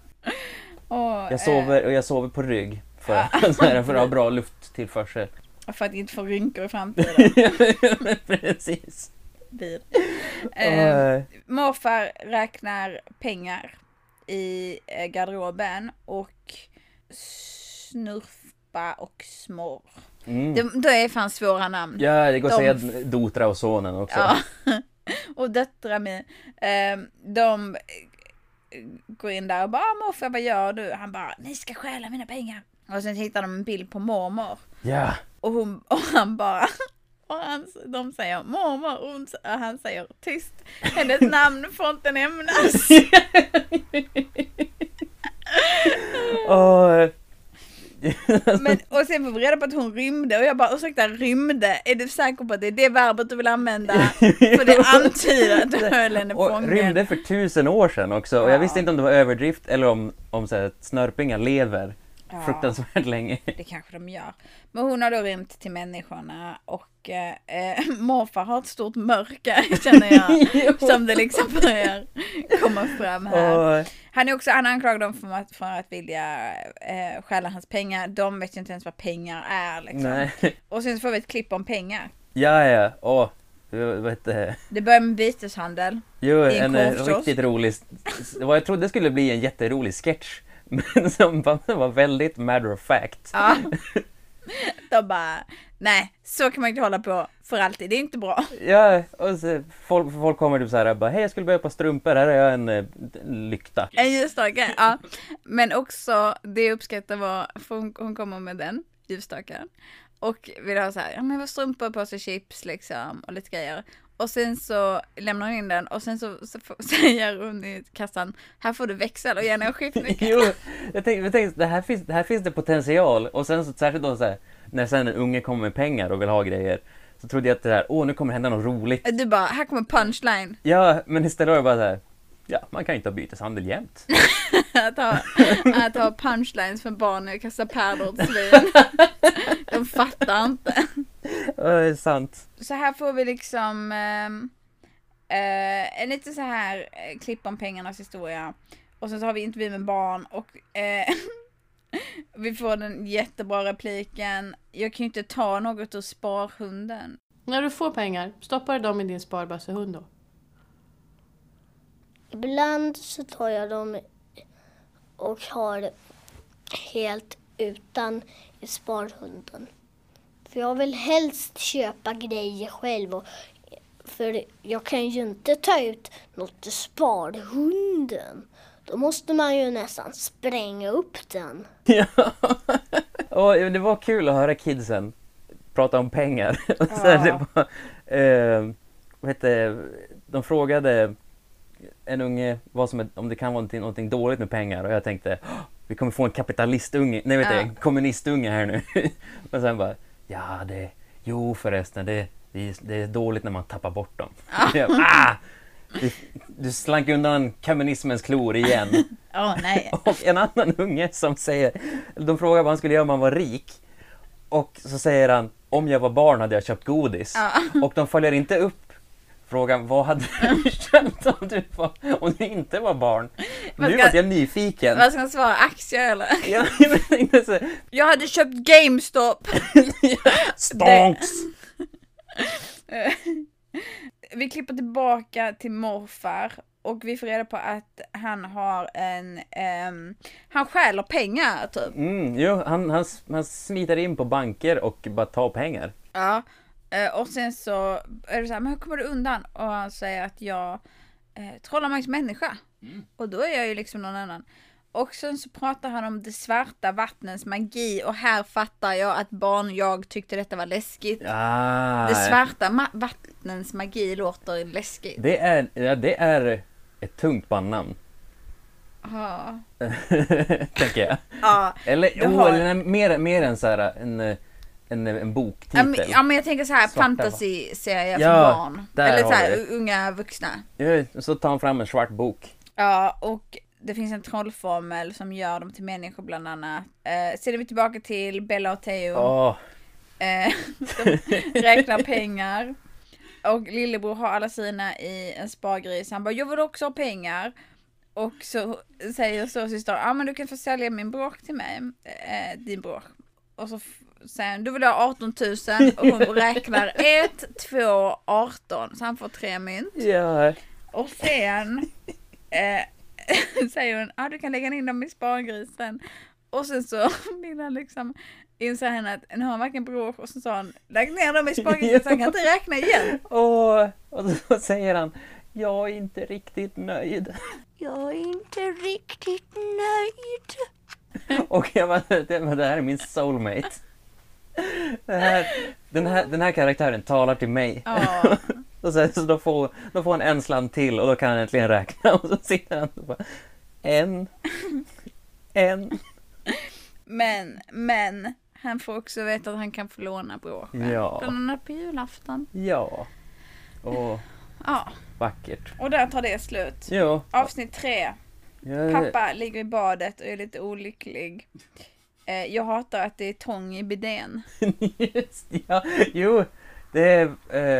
Jag sover på rygg för att ha bra lufttillförsel. För att inte få rynkor i framtiden. Precis. Morfar räknar pengar i garderoben och Snurfa och Smorr. Det är fan svåra namn. Ja, det går att säga Dotra och sonen också. Ja. Och döttrar med. De går in där och bara, morfar, vad gör du? Han bara, ni ska stjäla mina pengar. Och sen hittar de en bild på mormor. Ja. Och han bara... de säger mormor och han säger tyst. Hennes namn får inte nämnas. Och sen får vi reda på att hon rymde. Och jag bara, ursäkta, rymde? Är du säker på att det är det verbet du vill använda? För det antyder att du höll henne fången. Och rymde för 1000 år sedan också. Och jag visste inte om det var överdrift eller om så här, snörpingar lever. Ja, fruktansvärt länge. Det kanske de gör. Men hon har då rymt till människorna. Och morfar har ett stort mörker, känner jag. Som det liksom börjar komma fram här. Han anklagar dem för att vilja stjäla hans pengar. De vet ju inte ens vad pengar är liksom. Nej. Och sen får vi ett klipp om pengar. Ja. Det börjar med byteshandel. Jo, en riktigt rolig. Jag trodde det skulle bli en jätterolig sketch. Men som var väldigt matter of fact. Ja. De bara, nej, så kan man inte hålla på för alltid, det är inte bra. Ja, och så, folk kommer typ så här, bara, hej, jag skulle börja på strumpor, här har jag en lykta. En ljusstake, ja. Men också, det uppskattar var, hon kommer med den ljusstaken. Och vill ha så här, ja men vad strumpor på sig, chips liksom, och lite grejer. Och sen så lämnar hon in den och sen så säger hon i kassan, här får du växel och gärna en skiftnyckel. Jo, jag tänkte det här finns det potential. Och sen så särskilt då så här, när sen en unge kommer med pengar och vill ha grejer, så trodde jag att det här, nu kommer hända något roligt. Du bara, här kommer punchline. Ja, men istället var det bara så här, ja, man kan inte ha byteshandel jämt. att ha punchlines för barn och kasta pärlor åt svin. De fattar inte. Det är sant. Så här får vi liksom en lite så här klipp om pengarnas historia. Och sen så har vi intervju med barn och vi får den jättebra repliken. Jag kan ju inte ta något ur sparhunden. När du får pengar, stoppar du dem i din sparbassehund då? Ibland så tar jag dem och har helt utan i sparhunden. För jag vill helst köpa grejer själv. För jag kan ju inte ta ut något i sparhunden. Då måste man ju nästan spränga upp den. Ja, och det var kul att höra kidsen prata om pengar. Och sen det var, de frågade en unge om det kan vara någonting dåligt med pengar. Och jag tänkte, vi kommer få en kapitalistunge, en kommunistunge här nu. Och sen bara, förresten, det är dåligt när man tappar bort dem. Du slank undan kommunismens klor igen. Nej. Och en annan unge som säger, de frågar vad han skulle göra om han var rik. Och så säger han, om jag var barn hade jag köpt godis. Och de följer inte upp frågan, vad hade du köpt om du inte var barn? Nu var jag nyfiken. Vad ska han svara? Aktier eller? Ja, jag hade köpt GameStop. Stonks! Vi klipper tillbaka till morfar och vi får reda på att han har han stjäler pengar typ. Jo, han smiter in på banker och bara tar pengar. Ja, och sen så är det så här, men hur kommer du undan? Och han säger att jag trollar mig som människa. Och då är jag ju liksom någon annan. Och sen så pratar han om det svarta vattnets magi. Och här fattar jag att jag tyckte detta var läskigt. Det svarta vattnens magi låter läskigt. Det är ett tungt bandnamn. Ja. Tänker jag. Ja. Eller mer än så här en boktitel. Ja, men jag tänker så här, fantasy-serie för barn. Eller så här, unga vuxna. Ja, så tar han fram en svart bok. Ja, och det finns en trollformel som gör dem till människor bland annat. Sen är vi tillbaka till Bella och Theo. De räknar pengar. Och lillebror har alla sina i en spargris. Han bara, jag vill också ha pengar. Och så säger så syster, men du kan få sälja min bråk till mig. Din bråk. Och så säger han, du vill ha 18 000. Och hon räknar 1, 2, 18. Så han får 3 mynt. Ja. Och sen säger hon, du kan lägga in dem i spargrisen. Och sen så vill han liksom inser henne att nu har han varken bråk. Och så sa han, lägg ner dem i spargrisen så han kan inte räkna igen. Och så säger han, jag är inte riktigt nöjd. Jag är inte riktigt nöjd. Och jag bara, det här är min soulmate. Den här karaktären talar till mig. Och så då får han en slant till och då kan han äntligen räkna. Och så sitter han och bara, en. Men han får också veta att han kan få låna bråken. Ja. Bland annat på julafton. Ja. Och vackert. Och där tar det slut. Jo. Avsnitt 3. Pappa ligger i badet och är lite olycklig. Jag hatar att det är tång i bidén. Just, ja. Jo, det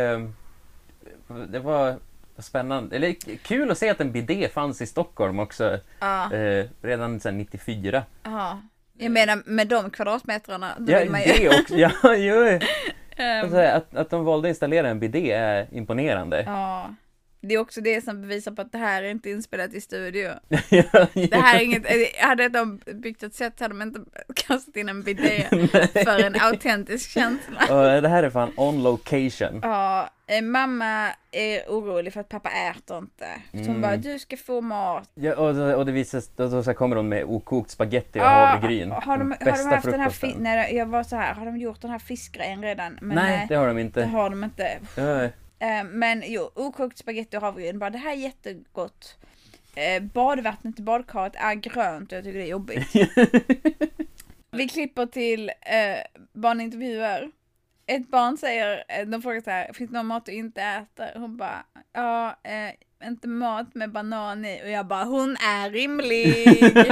var spännande. Eller kul att se att en bidé fanns i Stockholm också. Redan sedan 94. Ja. Jag menar med de kvadratmetrarna. Ja, det också. Ja, jo. Att de valde att installera en bidé är imponerande. Ja. Det är också det som bevisar på att det här är inte inspelat i studio. Ja. Det här är inget, hade de byggt ett sätt hade de inte kastat in en bidé för en autentisk känsla. Och det här är fan on location. Ja, mamma är orolig för att pappa äter inte. Så hon bara, du ska få mat. Ja, och det visas, då så kommer de med okokt spaghetti och havregryn. Har de haft den här nej, jag var så här, har de gjort den här fiskgrejen redan? Men nej, det har de inte. Det har de inte. Ja. Men jo, okokt spaghetti och havregryn, bara det här är jättegott. Badvattnet i badkaret är grönt och jag tycker det är jobbigt. Vi klipper till barnintervjuer. Ett barn säger, de frågar så här, finns det någon mat du inte äter? Hon bara, inte mat med banan i. Och jag bara, hon är rimlig.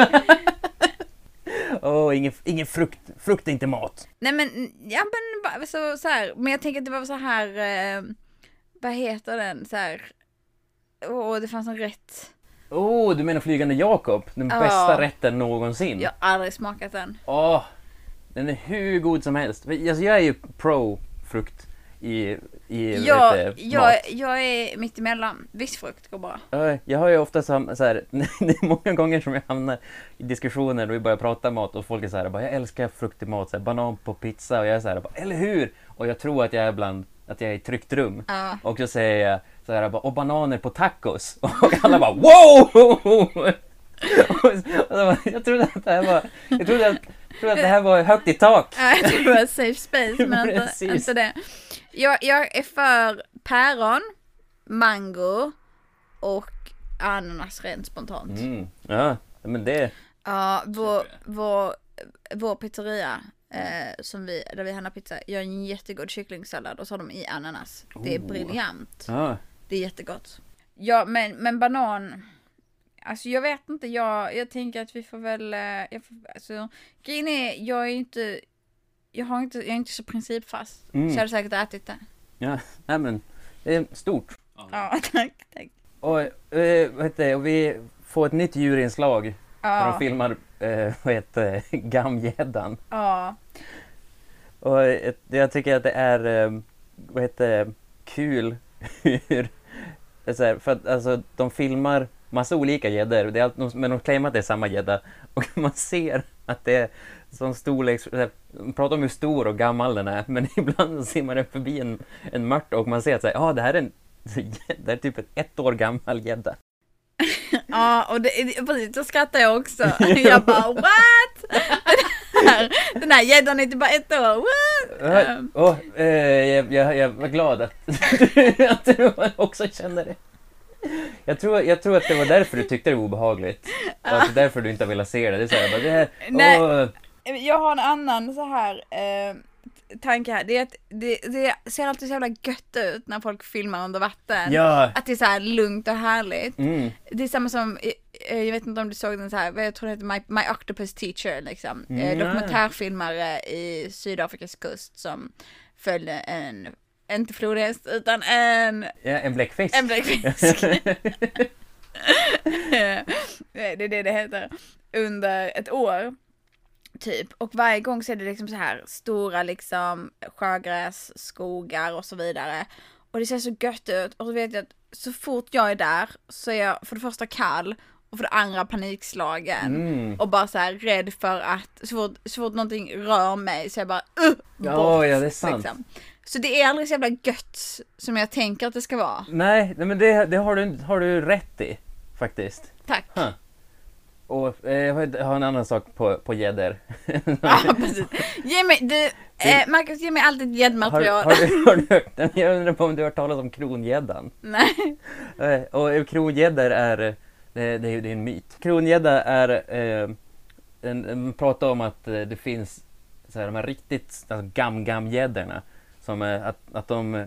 Ingen frukt. Frukt är inte mat. Nej men, så här. Men jag tänker att det var så här, vad heter den? Så här, det fanns en rätt. Du menar Flygande Jakob? Den bästa rätten någonsin. Jag har aldrig smakat den. Den är hur god som helst. Alltså, jag är ju pro frukt i mat. Jag är mitt emellan. Viss frukt går bra. Jag har ju ofta så här, det är många gånger som jag hamnar i diskussioner och vi börjar prata mat och folk är så här, bara, jag älskar frukt i mat, så här, banan på pizza, och jag är så här, bara, eller hur? Och jag tror att jag är i ett tryggt rum. Och så säger jag så här, bara, och bananer på tacos. Och alla bara, wow! Jag trodde att det här var högt i tak. Jag trodde det var safe space, men inte det. Jag är för päron, mango och ananas rent spontant. Ja, men det... Ja, vår pizzeria där vi handlar pizza gör en jättegod kycklingsallad och så har de i ananas. Det är briljant. Det är jättegott. Ja, men banan... Alltså jag vet inte, jag tänker att vi får väl... grejen är, jag är inte så principfast. Så jag hade säkert ätit det. Ja, nej men det är stort. Ja, tack. Och vi får ett nytt djurinslag när de filmar Gamgäddan. Ja. Och jag tycker att det är kul hur för att alltså de filmar massa olika gäddor, men de claimar att det är samma gädda och man ser att det är sån storlek, man pratar om hur stor och gammal den är, men ibland ser man förbi en mört och man ser att det här är typ ett 1 år gammal gädda. Ja, och precis, då skrattar jag också. Jag bara, what? Den här gäddan är inte bara 1 år, what? Jag var glad att du också känner det. Jag tror att det var därför du tyckte det var obehagligt. Och att det är därför du inte ville se det. Det är så här, bara, det här, nej, jag har en annan så här tanke här. Det är att det ser alltid så jävla gött ut när folk filmar under vatten. Ja. Att det är så här lugnt och härligt. Det är samma som jag vet inte om du såg den så här, jag tror det heter My Octopus Teacher liksom. Mm. Dokumentärfilmare i Sydafrikas kust som följde inte flodhäst utan en bläckfisk. En bläckfisk. Det är det heter. Under ett år. Typ. Och varje gång så är det liksom så här stora liksom sjögräs, skogar och så vidare. Och det ser så gött ut. Och så vet jag att så fort jag är där så är jag för det första kall och för det andra panikslagen. Och bara så här rädd för att så fort någonting rör mig så är jag bara bort. Ja, det är sant. Liksom. Så det är aldrig så jävla gött som jag tänker att det ska vara. Nej, men det har du rätt i faktiskt. Tack. Huh. Och jag har en annan sak på gäddor. Ja, precis. Marcus, ge mig alltid gäddmaterial. Har du hört? Jag undrar på om du har hört talas om krongäddan. Nej. Och krongäddor det är en myt. Krongädda är man pratar om att det finns så här, de här riktigt alltså, gamgäddorna som att de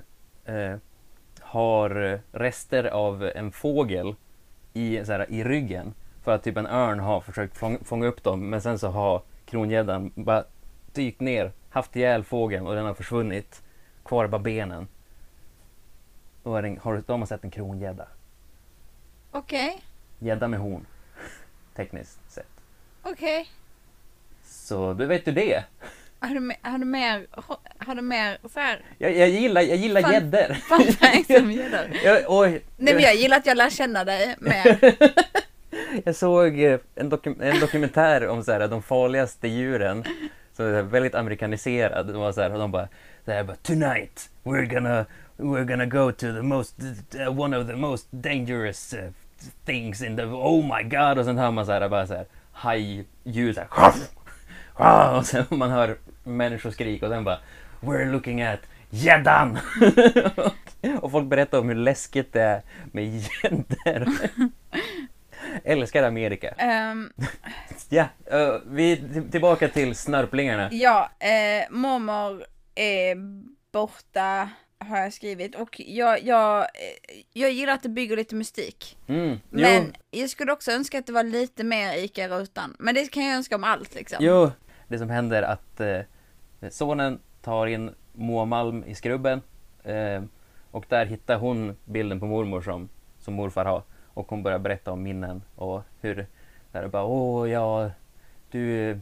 har rester av en fågel i ryggen. För att typ en örn har försökt fånga upp dem. Men sen så har krongäddan bara dykt ner, haft ihjäl fågeln och den har försvunnit. Kvar bara benen. Då har man sett en krongädda. Okej. Gädda med horn. Tekniskt sett. Okej. Så du vet du det. Har du mer så här? Jag gillar gäddor. Fun facts om gäddor. Nej, men jag gillar att jag lär känna dig mer. Jag såg en dokumentär om så här, de farligaste djuren som är väldigt amerikaniserad. De var så här, och de bara tonight we're gonna go to the most one of the most dangerous things in the oh my god, och sen hör man så här bara så här hajljud så här, och sen man hör människor skrika och sen bara we're looking at gäddan. Och folk berättar om hur läskigt det är med gäddor. Älskar Amerika. Ja, vi tillbaka till snörplingarna. Ja, mormor är borta har jag skrivit och jag gillar att det bygger lite mystik. Men jag skulle också önska att det var lite mer Ica-rutan. Men det kan jag önska om allt liksom. Jo, det som händer att sonen tar in Moa Malm i skrubben och där hittar hon bilden på mormor som morfar har. Och hon börjar berätta om minnen och hur där det bara du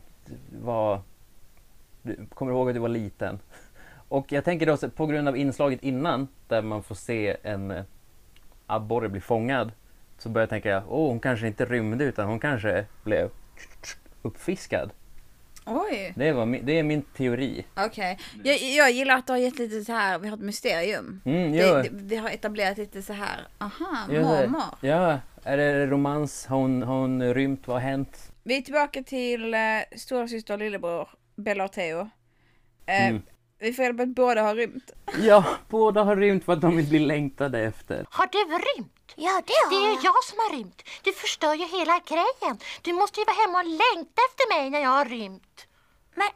kommer ihåg att du var liten. Och jag tänker då på grund av inslaget innan där man får se en abborre bli fångad så börjar jag tänka hon kanske inte rymde utan hon kanske blev uppfiskad. Oj. Det är min teori. Okej. Jag gillar att du har gett lite så här, vi har ett mysterium. Vi har etablerat lite så här. Aha, mormor. Ja, är det romans? Har hon rymt? Vad har hänt? Vi är tillbaka till storasyster och lillebror Bella och Theo. Vi får hjälpa att båda har rymt. Ja, båda har rymt för att de vill bli längtade efter. Har du rymt? Ja, Det är ju jag som har rymt. Du förstör ju hela grejen. Du måste ju vara hemma och längta efter mig när jag har rymt. Men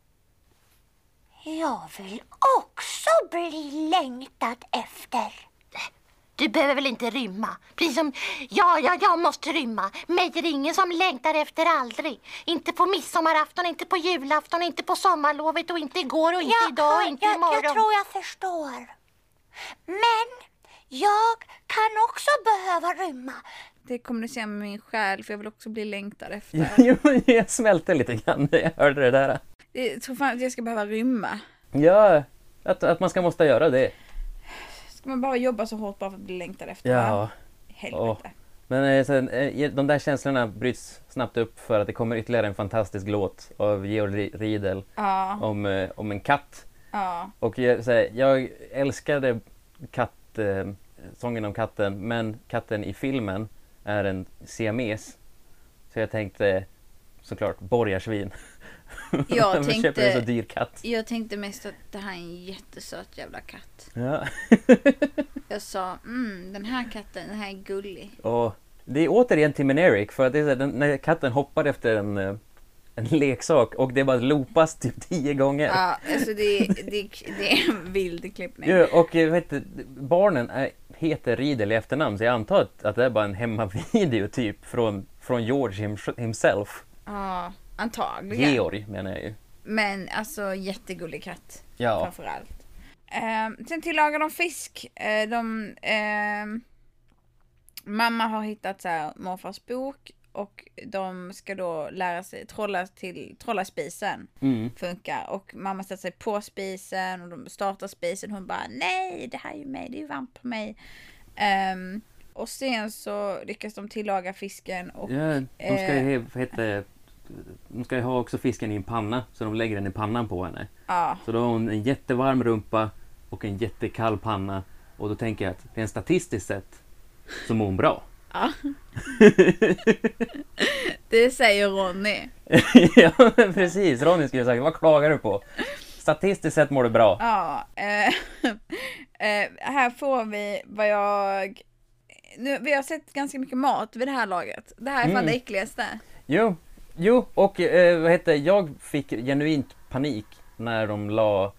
jag vill också bli längtad efter. Du behöver väl inte rymma? Precis som jag måste rymma. Mig är det ingen som längtar efter aldrig. Inte på midsommarafton, inte på julafton, inte på sommarlovet och inte igår och inte idag och inte imorgon. Jag tror jag förstår. Men jag kan också behöva rymma. Det kommunicerar med min själ för jag vill också bli längtad efter. Jo, jag smälte lite grann när jag hörde det där. Jag tror fan att jag ska behöva rymma. Ja, att man måste göra det. Ska man bara jobba så hårt bara för att bli längtad efter? Ja. Helvete. Men sen, de där känslorna bryts snabbt upp för att det kommer ytterligare en fantastisk låt av Georg Riedel om en katt. Ja. Och jag älskade sången om katten, men katten i filmen är en siames. Så jag tänkte såklart borgarsvin. Jag köper en så dyr katt. Jag tänkte mest att det här är en jättesöt jävla katt. Ja. Jag sa, den här katten, den här är gullig. Och det är återigen Tim and Eric, för att det är så här, när katten hoppar efter en leksak och det bara loopas typ 10 gånger. Ja, alltså det är en vild klippning. Ja, och barnen är heter Riedel i efternamn, så jag antar att det är bara en hemmavideo typ från George himself. Ja, antagligen. Georg menar jag ju. Men alltså jättegullig katt. Ja. Framförallt. Sen tillagar de fisk. Mamma har hittat så här morfars bok. Och de ska då lära sig trolla spisen. Funkar. Och mamma sätter sig på spisen. Och de startar spisen. Hon bara, nej, det här är ju mig. Det är ju varmt på mig. Och sen så lyckas de tillaga fisken. Och, ja, de ska ju ha också fisken i en panna. Så de lägger den i pannan på henne. Ja. Så då har hon en jättevarm rumpa och en jättekall panna. Och då tänker jag att det är en statistiskt sett så mår hon bra. Ja. Det säger Ronny. Ja, precis. Ronny skulle säga, vad klagar du på? Statistiskt sett mår du bra. Ja. Här får vi vi har sett ganska mycket mat vid det här laget. Det här är fan det äckligaste. Jo, och jag fick genuint panik när de la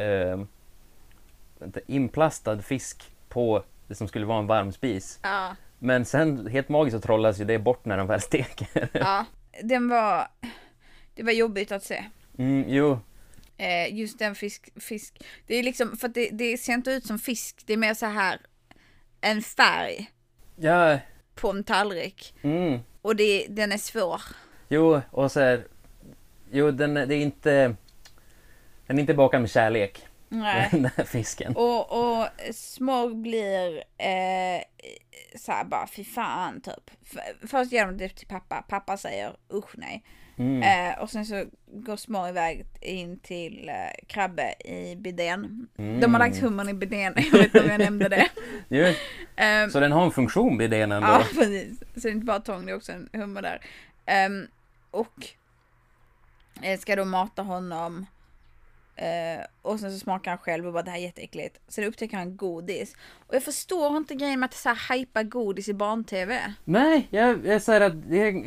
inplastad fisk på det som skulle vara en varm spis. Ja. Men sen helt magiskt så trollas ju det bort när de väl steker. Ja, det var jobbigt att se. Jo. Just den fisk. Det är liksom, för att det ser inte ut som fisk. Det är mer så här en färg. Ja. På en tallrik. Och den är svår. Jo, och så här, den är inte bakad med kärlek. Nej. Den här fisken. Och Smorg blir så här bara, fy fan typ. Först ger de det till pappa. Pappa säger usch nej. Och sen så går Smorg iväg in till Krabbe i bidén. De har lagt hummern i bidén. Jag vet inte om jag nämnde det. Jo. Så den har en funktion, bidén ändå. Ja, precis. Så det är inte bara tång, det är också en hummer där. Och ska då mata honom. Och sen så smakar han själv och bara, det här är jätteäckligt. Sen upptäcker han godis. Och jag förstår inte grejen med att så här hypa godis i barn-tv. Nej, jag säger att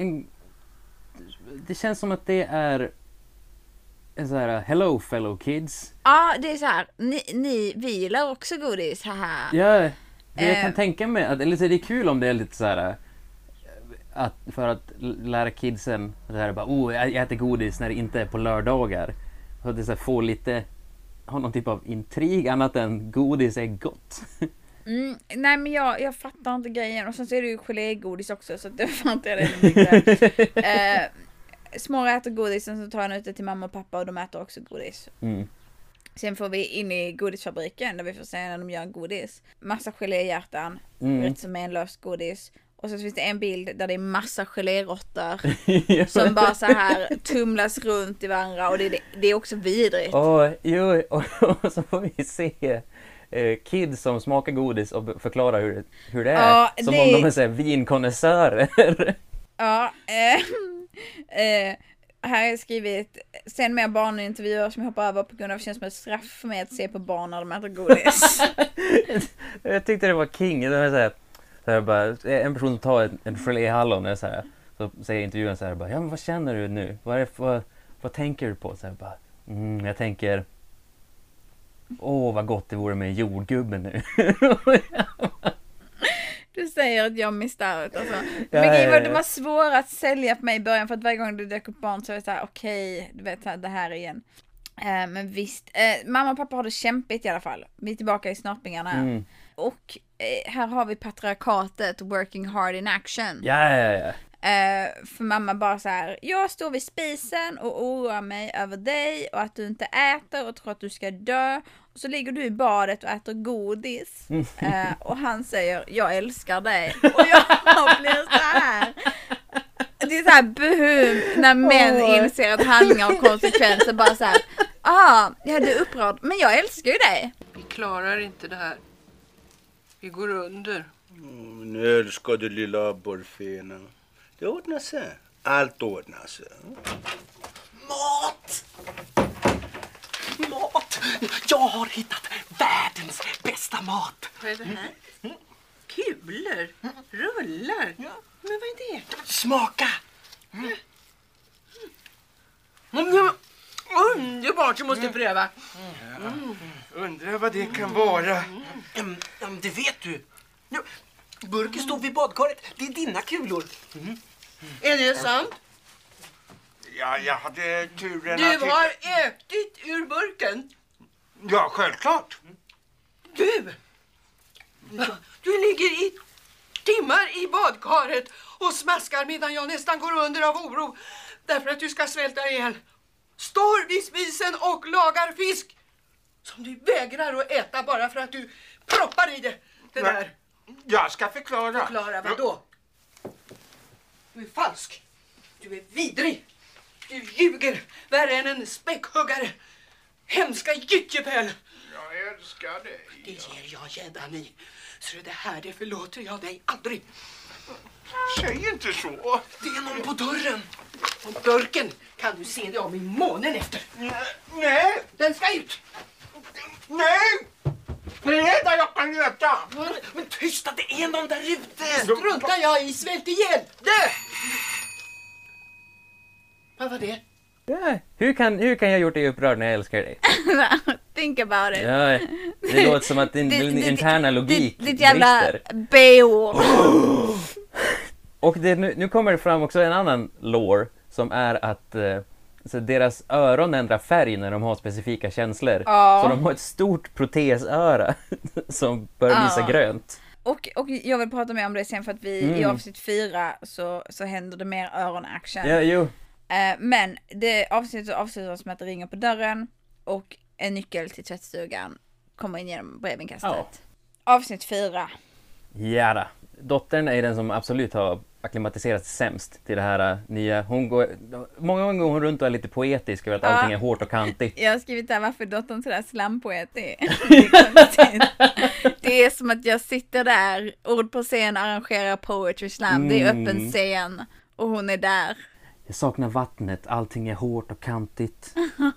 det känns som att det är en så här hello fellow kids. Ja, det är så här, vi gillar också godis, haha. Ja, jag kan tänka mig att, eller så det är kul om det är lite så här för att lära kidsen så här bara, jag äter godis när det inte är på lördagar. Så att det så här får lite, ha någon typ av intrig annat än godis är gott. Nej, men jag fattar inte grejen. Och sen så är det ju gelégodis också, så att det fattar jag det. Små äter godis, sen så tar han ut det till mamma och pappa och de äter också godis. Sen får vi in i godisfabriken där vi får se när de gör godis. Massa geléhjärtan, rätt som menlös godis. Och så finns det en bild där det är massa gelérottar som bara så här tumlas runt i varandra, och det är också vidrigt. Och så får vi se kids som smakar godis och förklarar hur det är. Ja, som om de är så här vinkonnässörer. Ja, här är skrivit, sen mer barnintervjuer som jag hoppar över på grund av att det känns som ett straff för mig att se på barn när de äter godis. Jag tyckte det var king. Det var så här bara, en person som tar en geléhallon så här, så säger intervjun så här bara, ja men vad känner du nu? Vad tänker du på? Så här bara, jag tänker, vad gott det vore med jordgubben nu. Du säger att jag missar ut alltså. Men det var svårt att sälja för mig i början, för att varje gång det dök upp barn så var det så här, okej, du vet det här igen. Men visst, mamma och pappa har det kämpigt i alla fall. Vi är tillbaka i snorpingarna. Och här har vi patriarkatet, working hard in action. Ja. För mamma bara så här, jag står vid spisen och oroar mig över dig och att du inte äter och tror att du ska dö. Och så ligger du i badet och äter godis. Och han säger, jag älskar dig. Och jag blir så här. Det är så här behum när män inser att handlingar och konsekvenser bara så här. Jag är upprörd, men jag älskar ju dig. Vi klarar inte det här. Vi går under. Nu älskar du lilla abborrfena. Det ordnar sig. Allt ordnar sig. Mat! Jag har hittat världens bästa mat. Vad är det här? Kulor? Rullar? Ja. Men vad är det? Smaka! Underbart, jag måste pröva. Undrar vad det kan vara. Det vet du. Ja, burken stod vid badkaret. Det är dina kulor. Är det sant? Ja, jag hade turen Du att... har ätit ur burken. Ja, självklart. Du ligger i timmar i badkaret och smaskar medan jag nästan går under av oro därför att du ska svälta ihjäl. Står vid spisen och lagar fisk som du vägrar att äta bara för att du proppar i det där. Jag ska förklara. Förklara vad då? Du är falsk. Du är vidrig. Du ljuger värre än en späckhuggare. Hemska gyttjepöl. Jag älskar dig. Det ger jag gäddan i. Så det här, det förlåter jag dig aldrig. Säg inte så. Det är någon på dörren. Och burken kan du se dig om i månen efter. Nej. Den ska ut. Nej. Det är där jag kan äta. Men tysta, det är någon där ute. Struntar jag i, svält ihjäl. Dö! Vad var det? Ja, hur kan jag ha gjort dig upprörd när jag älskar dig? Think about it. Ja, det låter som att din interna logik ditt jävla brister. B-ord. Och nu kommer det fram också en annan lore som är att så deras öron ändrar färg när de har specifika känslor. Ja. Så de har ett stort protesöra som börjar visa grönt. Och jag vill prata mer om det sen för att i avsnitt 4 så händer det mer öronaction. Ja, jo. Men det avsnittet avslutas med att det ringer på dörren och en nyckel till tvättstugan kommer in genom brevinkastet. Ja. Avsnitt 4. Ja då. Dottern är den som absolut har akklimatiserat sämst till det här nya. Många gånger går hon runt och är lite poetisk över att allting är hårt och kantigt. Jag har skrivit där varför dottern sådär slampoet är. Det är konstigt. Det är som att jag sitter där, ord på scen, arrangerar poetry slam. Det är öppen scen och hon är där. Jag saknar vattnet, allting är hårt och kantigt.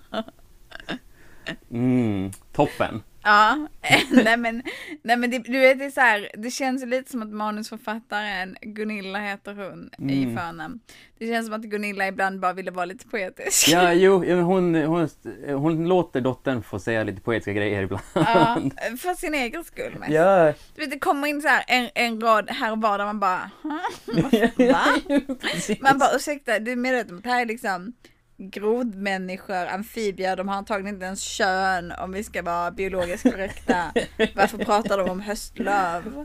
Toppen. Ja, nej men du vet det är så här, det känns lite som att manusförfattaren Gunilla heter hon i förnamn. Det känns som att Gunilla ibland bara ville vara lite poetisk. Ja, hon låter dottern få säga lite poetiska grejer ibland. Ja, för sin egen skull mest. Ja. Du vet, det kommer in så här en rad här och var där man bara Ja, man bara, ursäkta, du är medveten om att det här är liksom grodmänniskor, amfibier, de har antagligen inte ens kön om vi ska vara biologiskt korrekta. Varför pratar de om höstlöv?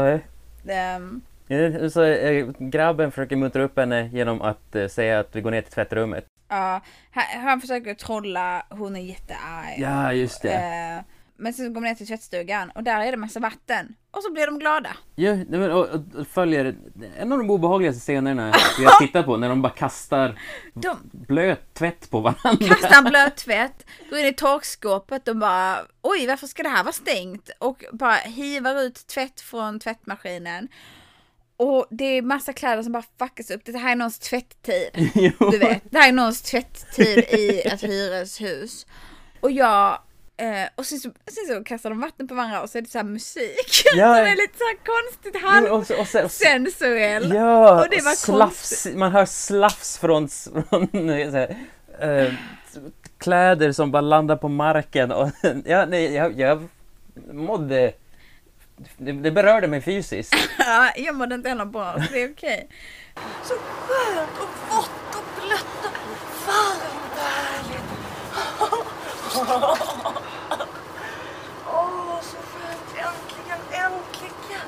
Så grabben försöker muntra upp henne genom att säga att vi går ner till tvättrummet. Ja, han försöker trolla, hon är jättearg. Ja, just det. Men sen går man ner till tvättstugan och där är det massa vatten. Och så blir de glada. Ja, och följer en av de obehagligaste scenerna vi har tittat på när de bara kastar blöt tvätt på varandra. Kastar blöt tvätt, går in i torkskåpet och bara, oj, varför ska det här vara stängt? Och bara hivar ut tvätt från tvättmaskinen. Och det är massa kläder som bara fuckas upp. Det här är någons tvätttid. Du vet, det här är någons tvätttid i ett hyreshus. Och och sen så kastar de vatten på varandra och så är det så här musik. Ja. Det är lite så här konstigt sensuell. Ja, och det var slafs, man hör slafs från så här, kläder som bara landar på marken. Och, jag mådde... Det berörde mig fysiskt. Ja, jag mådde inte heller bra, så det är okej. Så skönt och vått och blött och varmt och härligt. Åh, så skönt. Äntligen.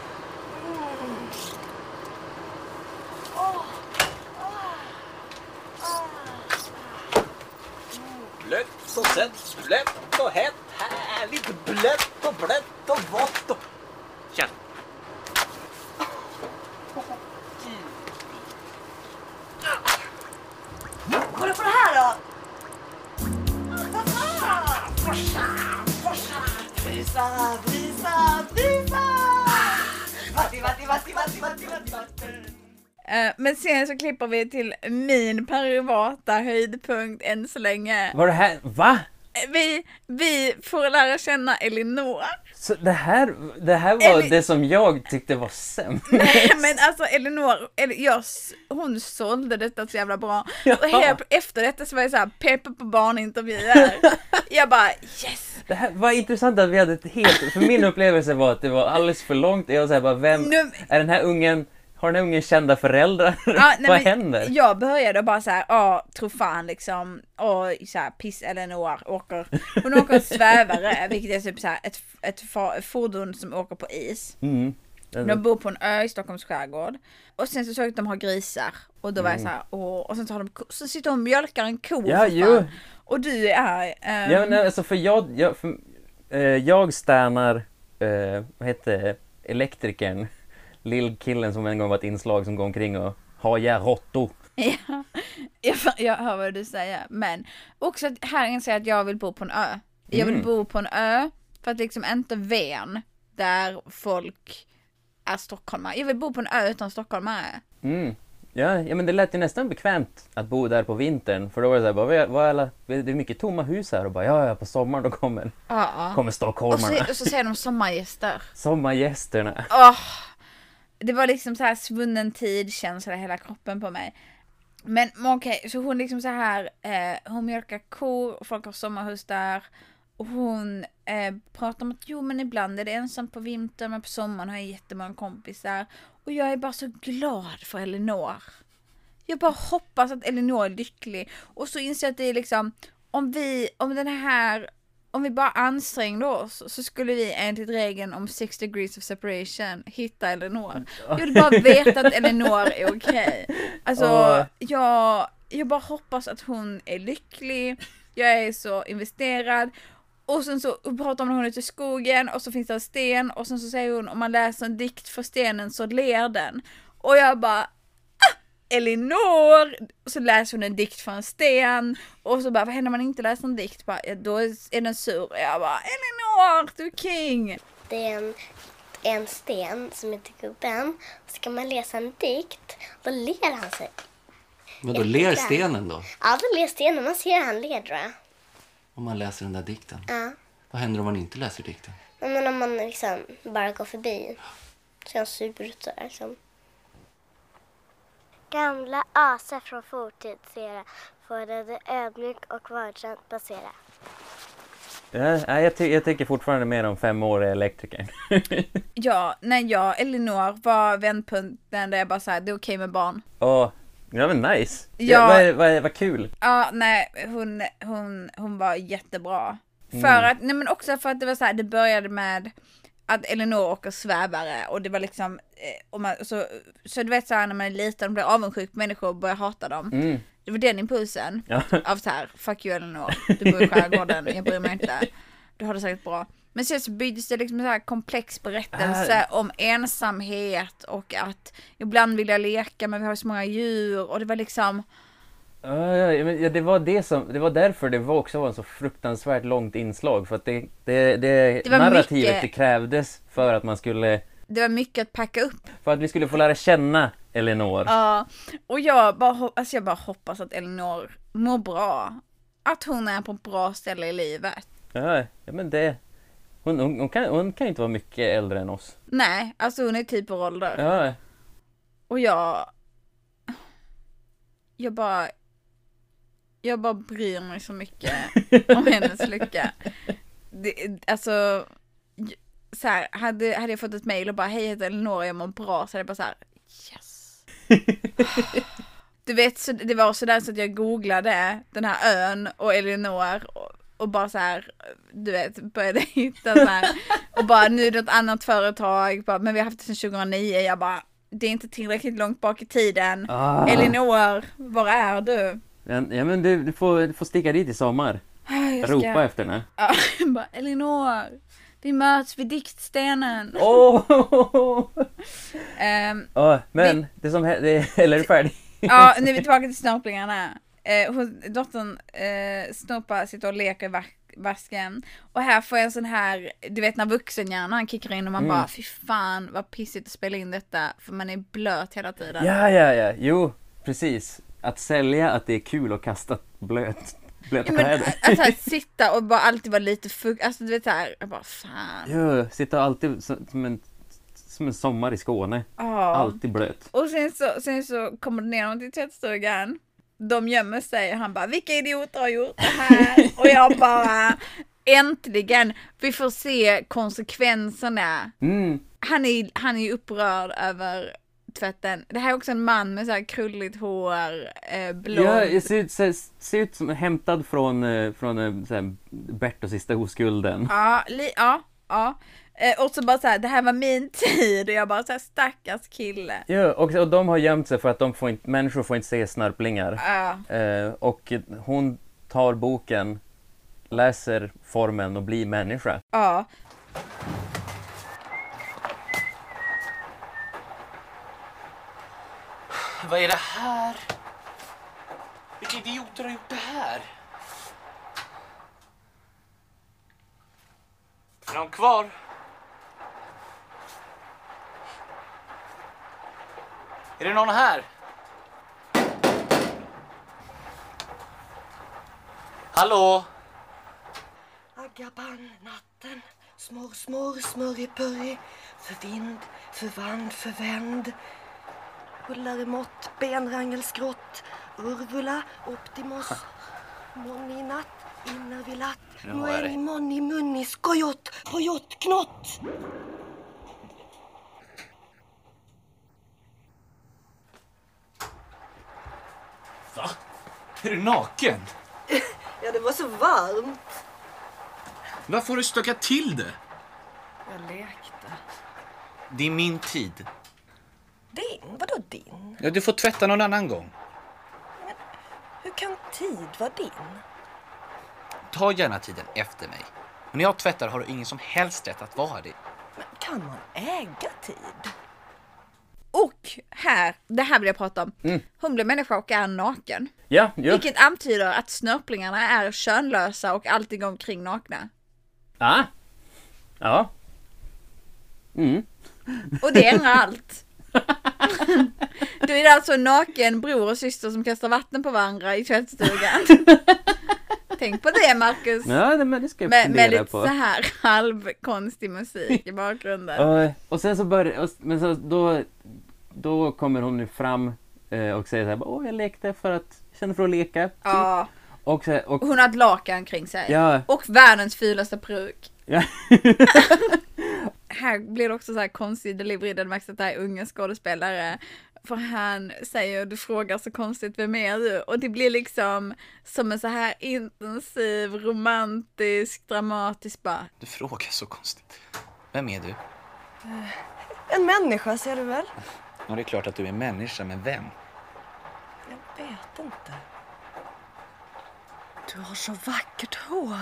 Blött och sött, blött och hett, härligt, blött och vått och... Känn. Kolla på det här då! Men sen så klipper vi till min privata höjdpunkt än så länge. Var det här? Va? vi får lära känna Elinor. Så det här var det som jag tyckte var sämst. Men alltså Elinor, hon sålde detta så jävla bra. Ja. Och helt efter detta så var jag så här peppar på barnintervjuer. Jag bara yes. Det här var intressant att vi hade ett helt... För min upplevelse var att det var alldeles för långt. Jag var så här, bara, är den här ungen... Har den här ungen kända föräldrar? Ja, Vad händer? Jag började bara så här, tro fan liksom. Och så här, piss Elinor hon åker svävare, vilket är typ så här ett fordon som åker på is. De bor på en ö i Stockholms skärgård. Och sen så såg jag att de har grisar. Och då var jag så här, och sen så sitter de och mjölkar en ko. Ja, jo. Och du är... Ja, nej, alltså för jag stannar, vad heter elektrikern, lillkillen som en gång var ett inslag som går omkring och hajar råttor. Ja, jag hör vad du säger. Men också att här inser jag att jag vill bo på en ö. Jag vill bo på en ö för att liksom inte Ven där folk är stockholmare. Jag vill bo på en ö utan stockholmare. Ja, men det lät ju nästan bekvämt att bo där på vintern. För då var det så här, det är mycket tomma hus här. Och bara, ja, på sommaren då kommer stockholmarna. Och så säger de sommargäster. Sommargästerna. Det var liksom så här svunnen tid känsla i hela kroppen på mig. Men okej, så hon liksom så här, hon mjölkar kor och folk har sommarhus där. Och hon pratar om att men ibland är det ensamt på vintern, men på sommaren har jag jättemånga kompisar. Och jag är bara så glad för Elinor. Jag bara hoppas att Elinor är lycklig. Och så inser jag att det är liksom, om vi bara ansträngde oss så skulle vi enligt regeln om 6 degrees of separation hitta Elinor. Jag vill bara veta att Elinor är okej. Alltså, jag bara hoppas att hon är lycklig. Jag är så investerad. Och sen så pratar hon är ute i skogen och så finns det en sten och sen så säger hon om man läser en dikt för stenen så ler den. Och jag bara Elinor! Och så läser hon en dikt för en sten och så bara, vad händer om man inte läser en dikt? Bara, då är den sur. Och jag bara, Elinor, du är king! Det är en sten som heter gubben. Så kan man läsa en dikt, då ler han sig. Men då ler stenen då? Ja, då ler stenen. Man ser han ler, tror jag. Om man läser den där dikten? Ja. Vad händer om man inte läser dikten? Men om man liksom bara går förbi. Så är han sur så där, liksom. Gamla asar från fortid sera, förade ödmjuk och vördsamt passera. Ja, jag tycker fortfarande mer om 5-åriga elektrikern. Ja, när jag, Elinor, var vändpunkten där jag bara såhär, det är okej med barn. Ja, men nice. Ja. Vad kul. Ja, nej, hon var jättebra. För att, nej men också för att det var så här, det började med att Elinor åker svävare och det var liksom så du vet så här, när man är liten och blir avundsjuk på människor och börjar hata dem. Det var den impulsen av så här, fuck you Elinor, du bor i skärgården, jag bryr mig inte. Du har det säkert bra. Men sen så byggdes det liksom en så här komplex berättelse om ensamhet och att ibland vill jag leka men vi har så många djur och det var liksom det var därför det var också en så fruktansvärt långt inslag för att det narrativet mycket, det krävdes för att man skulle, det var mycket att packa upp för att vi skulle få lära känna Elinor. Ja, och jag bara hoppas att Elinor mår bra, att hon är på ett bra ställe i livet. Ja men det hon kan inte vara mycket äldre än oss. Nej, alltså hon är typ vår ålder. Ja. Och jag bara bryr mig så mycket om hennes lycka. Alltså så här, hade jag fått ett mejl och bara hej, heter Elinor, jag mår bra, så hade jag bara så här yes. Du vet, så det var så där så att jag googlade den här ön och Elinor och bara så här, du vet, började hitta så här och bara nu är det ett annat företag bara, men vi har haft det sedan 2009. Jag bara, det är inte tillräckligt långt bak i tiden. Elinor, var är du? Ja men du får sticka dit i sommar. Ropa efter henne. Ja, bara, Elinor, vi möts vid diktstenen. Men det som eller är det färdigt? Ja, nu är vi tillbaka till snorplingarna. Dottern snoppar, sitter och leker i vasken. Och här får jag en sån här, du vet när vuxenhjärnan kickar in och man bara, fy fan vad pissigt att spela in detta. För man är blöt hela tiden. Ja, jo, precis. Att sälja att det är kul att kasta blöt blöta men, kläder. alltså, sitta och bara alltid vara lite alltså du vet såhär, jag bara fan. Ja, sitta alltid som en sommar i Skåne. Ja. Alltid blöt. Och sen så kommer det ner till tvättstugan. De gömmer sig och han bara, vilka idioter har gjort det här? Och jag bara, äntligen, vi får se konsekvenserna. Han är ju upprörd över tvätten. Det här är också en man med så här krulligt hår, blond. Ja, det ser ut som hämtad från så här, Bert och sista oskulden. Ja. Och så bara så här, det här var min tid. Och jag bara så här, stackars kille. Ja, och de har gömt sig för att människor får inte se snörplingar. Och hon tar boken, läser formen och blir människa. Ja. Vad är det här? Vilka idioter har gjort det här? Är någon kvar? Är det någon här? Hallå? Aggaban, natten, smör, smörjepurri, för vind, för vand, för vänd. Hullare mått, benrangelskrott, urvula, optimos, mån i natt, inner vi latt, mueni, monni, munni, skojott, pojott, knott. Va? Är du naken? Ja, det var så varmt. Varför har du stökat till det? Jag lekte. Det är min tid. Din? Vadå din? Ja, du får tvätta någon annan gång. Hur kan tid vara din? Ta gärna tiden efter mig. Men när jag tvättar har du ingen som helst rätt att vara det. Men kan man äga tid? Och det här vill jag prata om. Hon blir människa och är naken. Ja. Vilket antyder att snörplingarna är könlösa och alltid går omkring nakna. Ja. Och det ändrar allt. Då är det alltså naken bror och syster som kastar vatten på varandra i tvättstugan. Tänk på det, Marcus. Ja, men det ska jag med fundera lite på. så här halvkonstig musik i bakgrunden. Och sen så då kommer hon nu fram och säger så här, jag lekte för att jag kände för att leka. Typ. Ja. Och hon har ett lakan kring sig. Ja. Och världens fulaste peruk. Ja. Här blir det också så här konstig delivery. Det märks att det här är unga skådespelare. För han säger, du frågar så konstigt, vem är du? Och det blir liksom som en så här intensiv, romantisk, dramatisk bara. Du frågar så konstigt. Vem är du? En människa, ser du väl? Ja, det är klart att du är människa, men vem? Jag vet inte. Du har så vackert hår.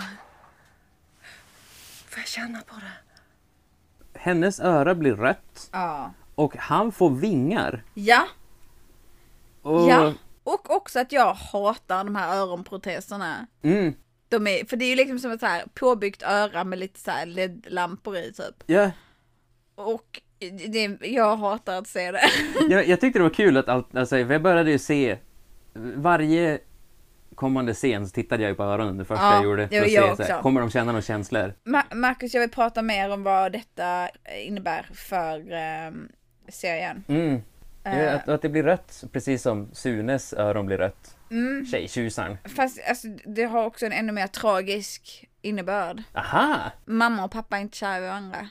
Får jag känna på det? Hennes öra blir rött. Ja. Och han får vingar. Ja. Och... Ja. Och också att jag hatar de här öronproteserna. För det är ju liksom som ett så här påbyggt öra med lite så här LED-lampor i typ. Ja. Och jag hatar att se det. Jag tyckte det var kul att jag började ju se varje kommande scen, så tittade jag ju på öronen det första jag gjorde. För att se, så här, kommer de känna några känslor? Marcus, jag vill prata mer om vad detta innebär för serien. Att det blir rött, precis som Sunes öron blir rött. Tjejtjusaren. Fast alltså, det har också en ännu mer tragisk innebörd. Aha! Mamma och pappa är inte kära i varandra.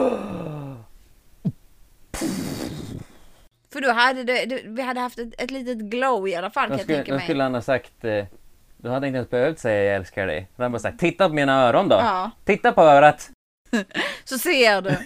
För då hade vi hade haft ett litet glow i alla fall, kan jag tänka mig. Då skulle han ha sagt, du hade inte ens behövt säga jag älskar dig. Då hade han bara sagt, titta på mina öron då. Ja. Titta på örat. Så ser du.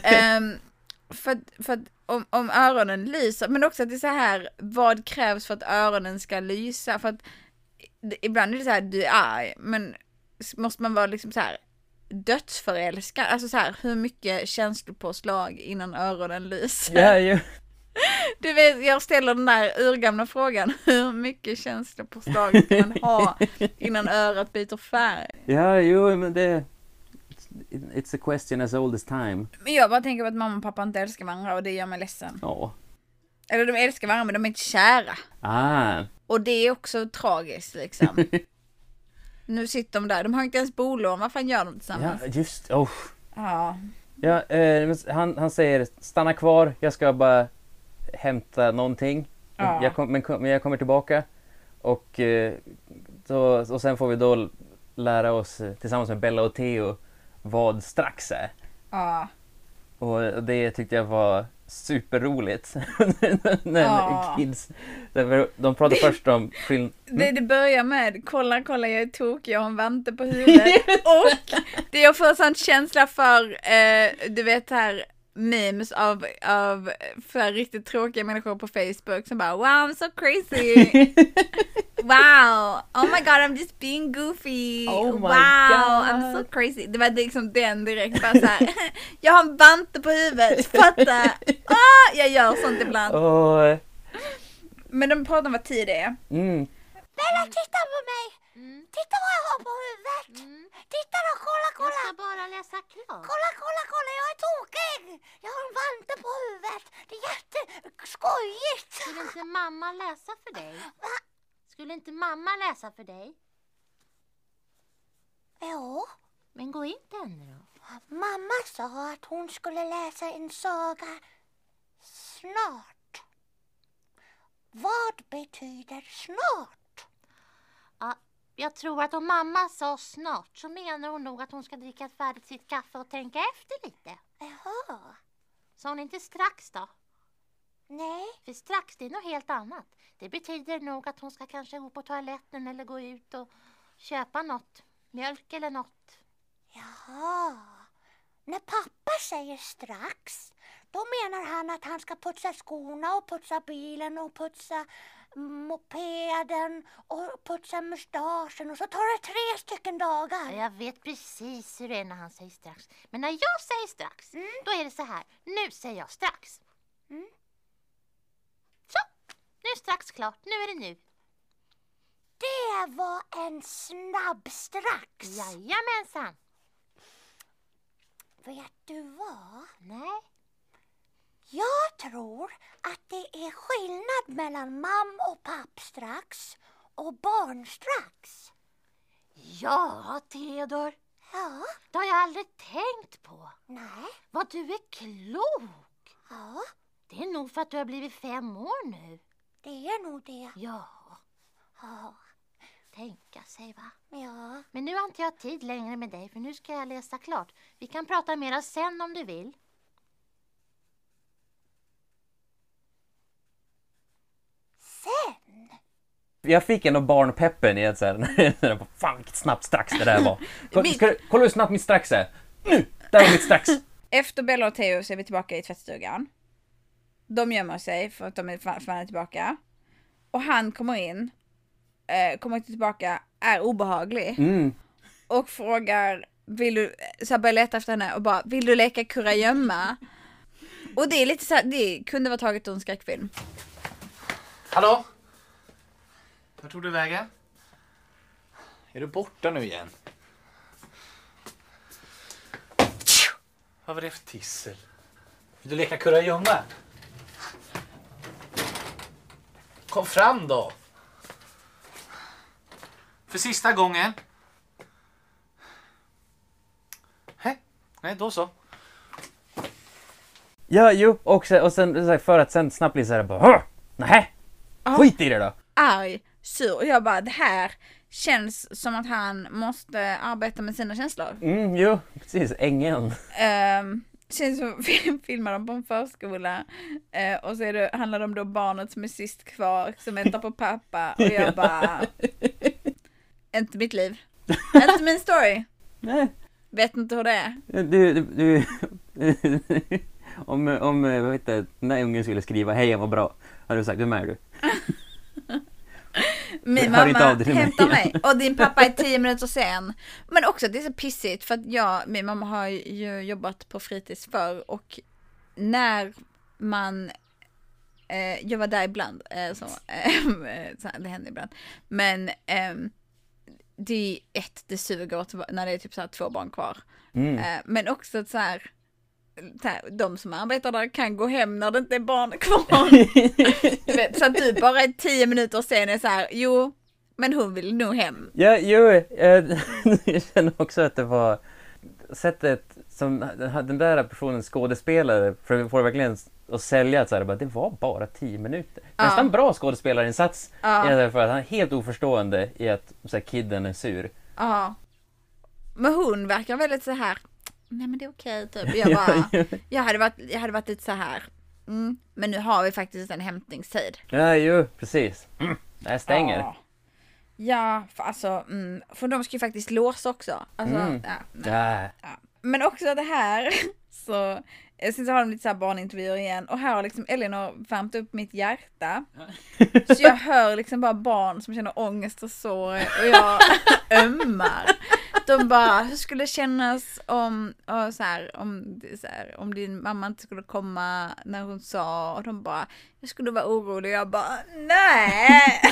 För att om öronen lyser, men också att det är så här, vad krävs för att öronen ska lysa? För att ibland är det så här, du är arg, men måste man vara liksom så här dödsförälskad? Alltså så här, hur mycket känslopåslag innan öronen lyser? Ja. Du vet, jag ställer den där urgamla frågan, hur mycket känslopåslag ska man ha innan örat byter färg? Ja, men det... It's a question as old as time. Men jag bara tänker på att mamma och pappa inte älskar varandra och det gör mig ledsen. Ja. Eller de älskar varandra men de är inte kära. Ah. Och det är också tragiskt liksom. Nu sitter de där. De har inte ens bolån. Vad fan gör de tillsammans? Ja, just. Ja. Ja, han säger stanna kvar. Jag ska bara hämta någonting. Ja. Men jag kommer tillbaka. Och sen får vi då lära oss tillsammans med Bella och Theo vad strax är. Ja. Och det tyckte jag var superroligt. När kids... De pratade först om film. Det börjar med kolla jag är tokig, jag har en vante på huvudet. Och det jag får sån känsla för du vet här memes av för riktigt tråkiga människor på Facebook som bara wow, I'm so crazy. Wow, oh my god, I'm just being goofy. Oh my wow, god. I'm so crazy. Det var liksom den direkt bara så här. Jag har en vante på huvudet, fatta. Jag gör sånt ibland. Men de pratar om vad tid det är. Bella, titta på mig! Titta vad jag har på huvudet! Titta då, kolla! Jag ska bara läsa klart. Kolla, jag är tokig! Jag har en vante på huvudet. Det är jätteskojigt. Skulle inte mamma läsa för dig? Va? Skulle inte mamma läsa för dig? Jo. Men gå inte ännu då. Mamma sa att hon skulle läsa en saga snart. Vad betyder snart? Ja, jag tror att om mamma sa snart så menar hon nog att hon ska dricka färdigt sitt kaffe och tänka efter lite. Jaha. Sa hon inte strax då? Nej. För strax det är något helt annat. Det betyder nog att hon ska kanske gå på toaletten eller gå ut och köpa något. Mjölk eller något. Jaha. När pappa säger strax, då menar han att han ska putsa skorna och putsa bilen och putsa mopeden och putsa mustaschen och så tar det 3 stycken dagar. Jag vet precis hur det är när han säger strax. Men när jag säger strax, då är det så här. Nu säger jag strax. Så, nu är strax klart. Nu är det nu. Det var en snabb strax. Jajamensan. Vet du vad? Nej. Jag tror att det är skillnad mellan mam och papp strax och barn strax. Ja, Theodor. Ja. Det har jag aldrig tänkt på. Nej. Vad du är klok. Ja. Det är nog för att du har blivit 5 år nu. Det är nog det. Ja. Ja. Tänka sig va? Ja. Men nu har inte jag tid längre med dig för nu ska jag läsa klart. Vi kan prata mera sen om du vill. Sen? Jag fick ändå barnpeppen i ett så här. Fan vilket snabbt strax det där var. Kolla hur snabbt mitt strax är. Nu! Där är mitt strax. Efter Bella och Theo så är vi tillbaka i tvättstugan. De gömmer sig för att de är tillbaka. Och han kommer in. Kommer inte tillbaka, är obehaglig och frågar vill du, så börjar leta efter henne och bara vill du leka kurragömma? Och det är lite så här, det kunde vara taget ur en skräckfilm. Hallå? Vart tog du vägen? Är du borta nu igen? Vad var det för tissel? Vill du leka kurragömma? Kom fram då! För sista gången. Nej, då så. Ja, jo. Och sen för att sen snabbt bli så här bara nej. Skit i det då. Arg, sur. Och jag bara, det här känns som att han måste arbeta med sina känslor. Jo, precis. Ängeln. Sen så filmar de på en förskola och så handlar det om då barnet som är sist kvar som väntar på pappa och jag bara inte mitt liv. Inte min story. Nej. Vet inte hur det är. Du om vad vet jag, när ungen skulle skriva hej vad bra. Hade du sagt vem är du? Min mamma hämtar mig och din pappa är 10 minuter sen. Men också det är så pissigt för att min mamma har ju jobbat på fritids förr och när man jag var där ibland så det händer ibland. Men det suger åt när det är typ så här 2 barn kvar. Men också så här de som arbetar där kan gå hem när det inte är barn kvar. Du vet, så att du bara är 10 minuter sen är så här, jo, Men hon vill nog hem. Ja, jo, jag känner också att det var sättet som den där personen skådespelare får verkligen att sälja att så här, bara, det var bara 10 minuter. Nästan bra skådespelarinsats för att han är helt oförstående i att så här, kidden är sur. Ja. Men hon verkar väldigt så här. Nej, men det är okej typ. Jag bara, jag hade varit lite så här. Men nu har vi faktiskt en hämtningstid. Ja, jo, precis. Det här stänger. Ja, för alltså, för de ska ju faktiskt låsa också. Alltså, ja. Men också det här, så sen så har de lite så här barnintervjuer igen. Och här har liksom Elinor värmt upp mitt hjärta. Så jag hör liksom bara barn som känner ångest och så. Och jag ömmar. De bara, hur skulle det kännas om din mamma inte skulle komma när hon sa. Och de bara, jag skulle vara orolig. Och jag bara, nej.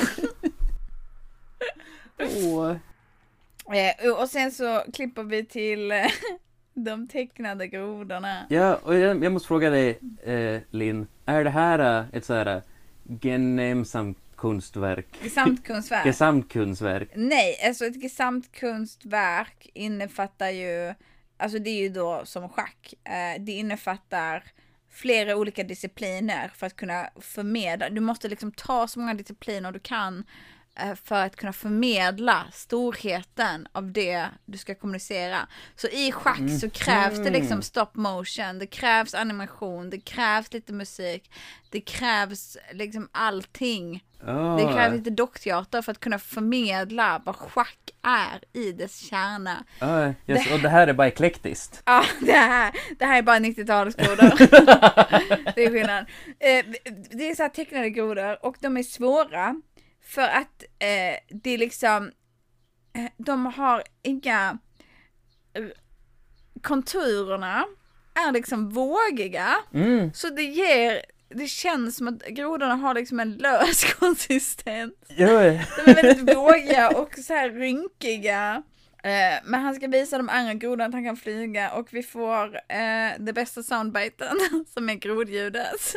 Och sen så klipper vi till de tecknade grodorna. Ja, och jag måste fråga dig, Linn. Är det här ett så här gemensamt konstverk? Gesamtkunstverk? Nej, alltså ett gesamtkunstverk innefattar ju, alltså det är ju då som schack. Det innefattar flera olika discipliner för att kunna förmedla. Du måste liksom ta så många discipliner du kan för att kunna förmedla storheten av det du ska kommunicera. Så i schack så krävs det liksom stop motion, det krävs animation, det krävs lite musik, det krävs liksom allting. Det krävs lite dockteater för att kunna förmedla vad schack är i dess kärna. Och det här är bara eklektiskt. Ja, det här är bara 90-talsgrodor. Det är skillnad. Det är så här tecknade grodor och de är svåra. För att det är liksom, de har inga, konturerna är liksom vågiga. Så det känns som att grodorna har liksom en lös konsistens. De är väldigt vågiga och så här rynkiga. Men han ska visa de andra grodorna att han kan flyga. Och vi får det bästa soundbiten som är grodljudet.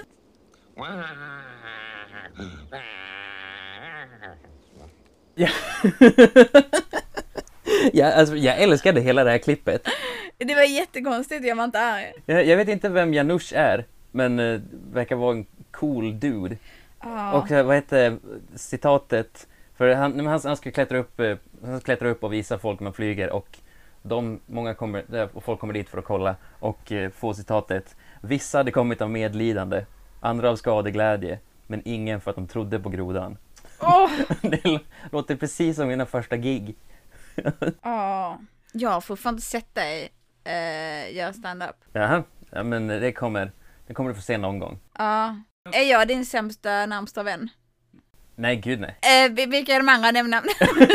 Ja, alltså, jag älskade hela det här klippet. Det var jättekonstigt, jag var inte arg. Jag vet inte vem Janusz är, men verkar vara en cool dude. Och vad heter citatet? För han ska klättra upp och visa folk man flyger, och folk kommer dit för att kolla och få citatet: vissa hade kommit av medlidande, andra av skadeglädje, men ingen för att de trodde på grodan. Det låter precis som mina första gig. Jag får fan inte sett dig göra stand-up. Jaha, ja, men det kommer du få se någon gång. Är jag din sämsta närmsta vän? Nej, gud nej. Vilka är de andra nämna?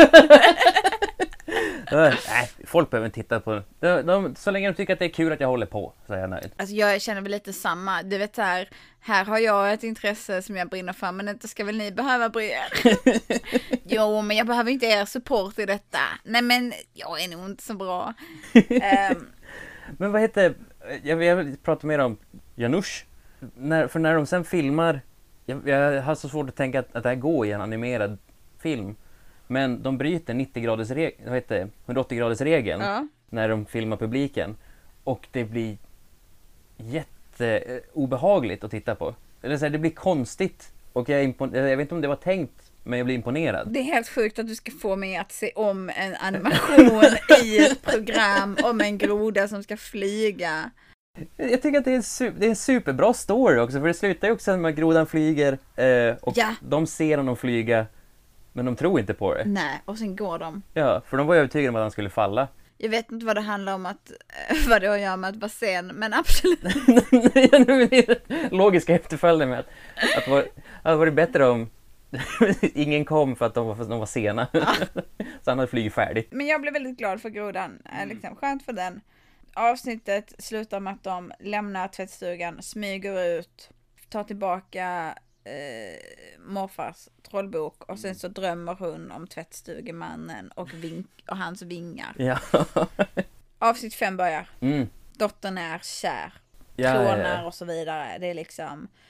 Nej, folk behöver titta på så länge de tycker att det är kul att jag håller på, så är jag nöjd. Alltså jag känner väl lite samma. Du vet här har jag ett intresse som jag brinner för, men inte ska väl ni behöva bry er. Jo, men jag behöver inte er support i detta. Nej, men jag är nog inte så bra. Men vad heter, jag vill prata mer om Janusz. För när de sen filmar, jag har så svårt att tänka att det här går i en animerad film. Men de bryter 180-gradersregeln när de filmar publiken. Och det blir jätteobehagligt att titta på. Eller så här, det blir konstigt. Och jag vet inte om det var tänkt, men jag blir imponerad. Det är helt sjukt att du ska få mig att se om en animation i ett program om en groda som ska flyga. Jag tycker att det är en superbra story också. För det slutar ju också med att grodan flyger och de ser honom flyga. Men de tror inte på det. Nej, och sen går de. Ja, för de var övertygade om att han skulle falla. Jag vet inte vad det handlar om vad det har att göra med att vara sen, men absolut. Logiska efterföljden med att det hade varit bättre om ingen kom för att de var sena. Så han hade flygit färdigt. Men jag blev väldigt glad för grodan. Liksom, skönt för den. Avsnittet slutar med att de lämnar tvättstugan, smyger ut, tar tillbaka morfars trollbok och sen så drömmer hon om tvättstugemannen och hans vingar. Ja. Avsnitt 5 börjar. Dottern är kär. Klonar och så vidare. Det är liksom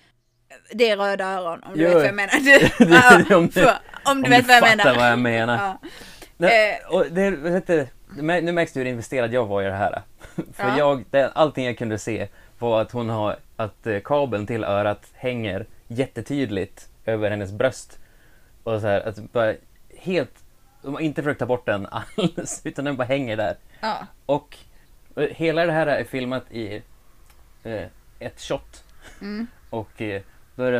Det är röda öron, om du Jo. vet vad jag menar. Om du vet vad jag menar. fattar vad jag menar. Ja. Nej, och nu märks du hur investerad jag var i det här. För Ja. allting jag kunde se var att hon har att kabeln till örat hänger jättetydligt över hennes bröst. Och så här, att bara helt, de har inte försökt ta bort den alls, utan den bara hänger där. Ja. Och hela det här är filmat i ett shot. Och då är det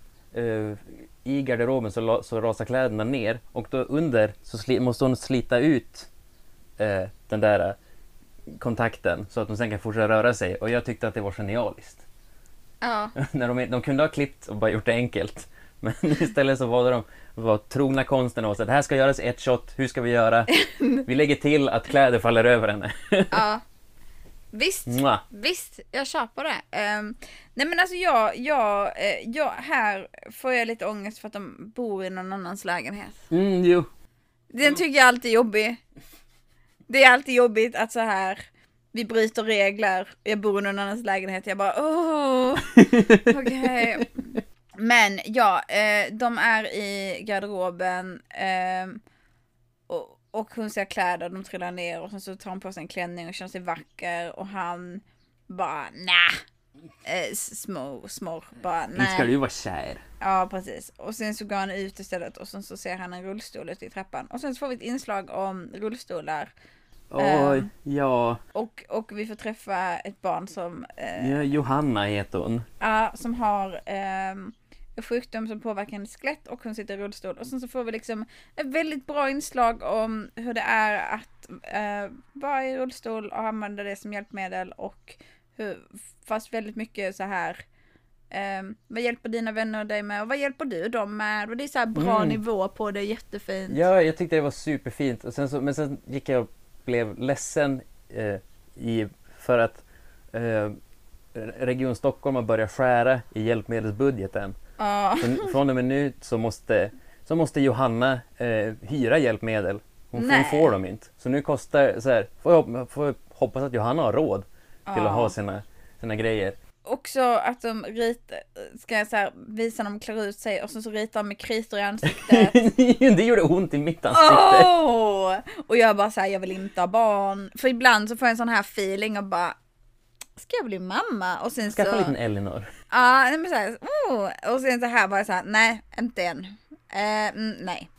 i garderoben så rasar kläderna ner, och då under så måste hon slita ut den där kontakten så att de sen kan fortsätta röra sig, och jag tyckte att det var genialiskt. Ja. När de kunde ha klippt och bara gjort det enkelt, men istället så var trogna konsten och så att det här ska göras i ett shot, hur ska vi göra? Vi lägger till att kläder faller över henne. Ja. Visst, visst, jag köper det. Nej men alltså jag här får jag lite ångest för att de bor i någon annans lägenhet. Jo. Den tycker jag alltid är jobbig. Det är alltid jobbigt att så här, vi bryter regler, jag bor i någon annans lägenhet, jag bara okej. Men ja, de är i garderoben och hon ser kläder, de trillar ner och sen så tar hon på sig en klänning och känner sig vacker, och han bara små bara nej. Nu ska du vara kär. Ja, precis. Och sen så går han ut istället och sen så ser han en rullstol ute i trappan. Och sen så får vi ett inslag om rullstolar. Oj, ja. Och vi får träffa ett barn som Ja, Johanna heter hon. Ja, som har en sjukdom som påverkar hennes skelett, och hon sitter i rullstol. Och sen så får vi liksom ett väldigt bra inslag om hur det är att vara i rullstol och använda det som hjälpmedel, och hur, fast väldigt mycket så här vad hjälper dina vänner dig med och vad hjälper du dem med, och det är så här bra nivå på det, jättefint. Ja, jag tyckte det var superfint, och men sen gick jag och blev ledsen för att Region Stockholm har börjat skära i hjälpmedelsbudgeten. Från och med nu så måste Johanna hyra hjälpmedel. Hon får dem inte. Så nu kostar så här, får hoppas att Johanna har råd till att ha sina grejer. Också att de ska jag så här, visa när de klär ut sig, och så ritar de med kritor i ansiktet. Det gjorde ont i mitt ansikte. Och jag bara så här, jag vill inte ha barn. För ibland så får jag en sån här feeling och bara, ska jag bli mamma? Och sen skaffa en liten Elinor. Ja, men så här, och sen så här bara så här, nej, inte än. Nej.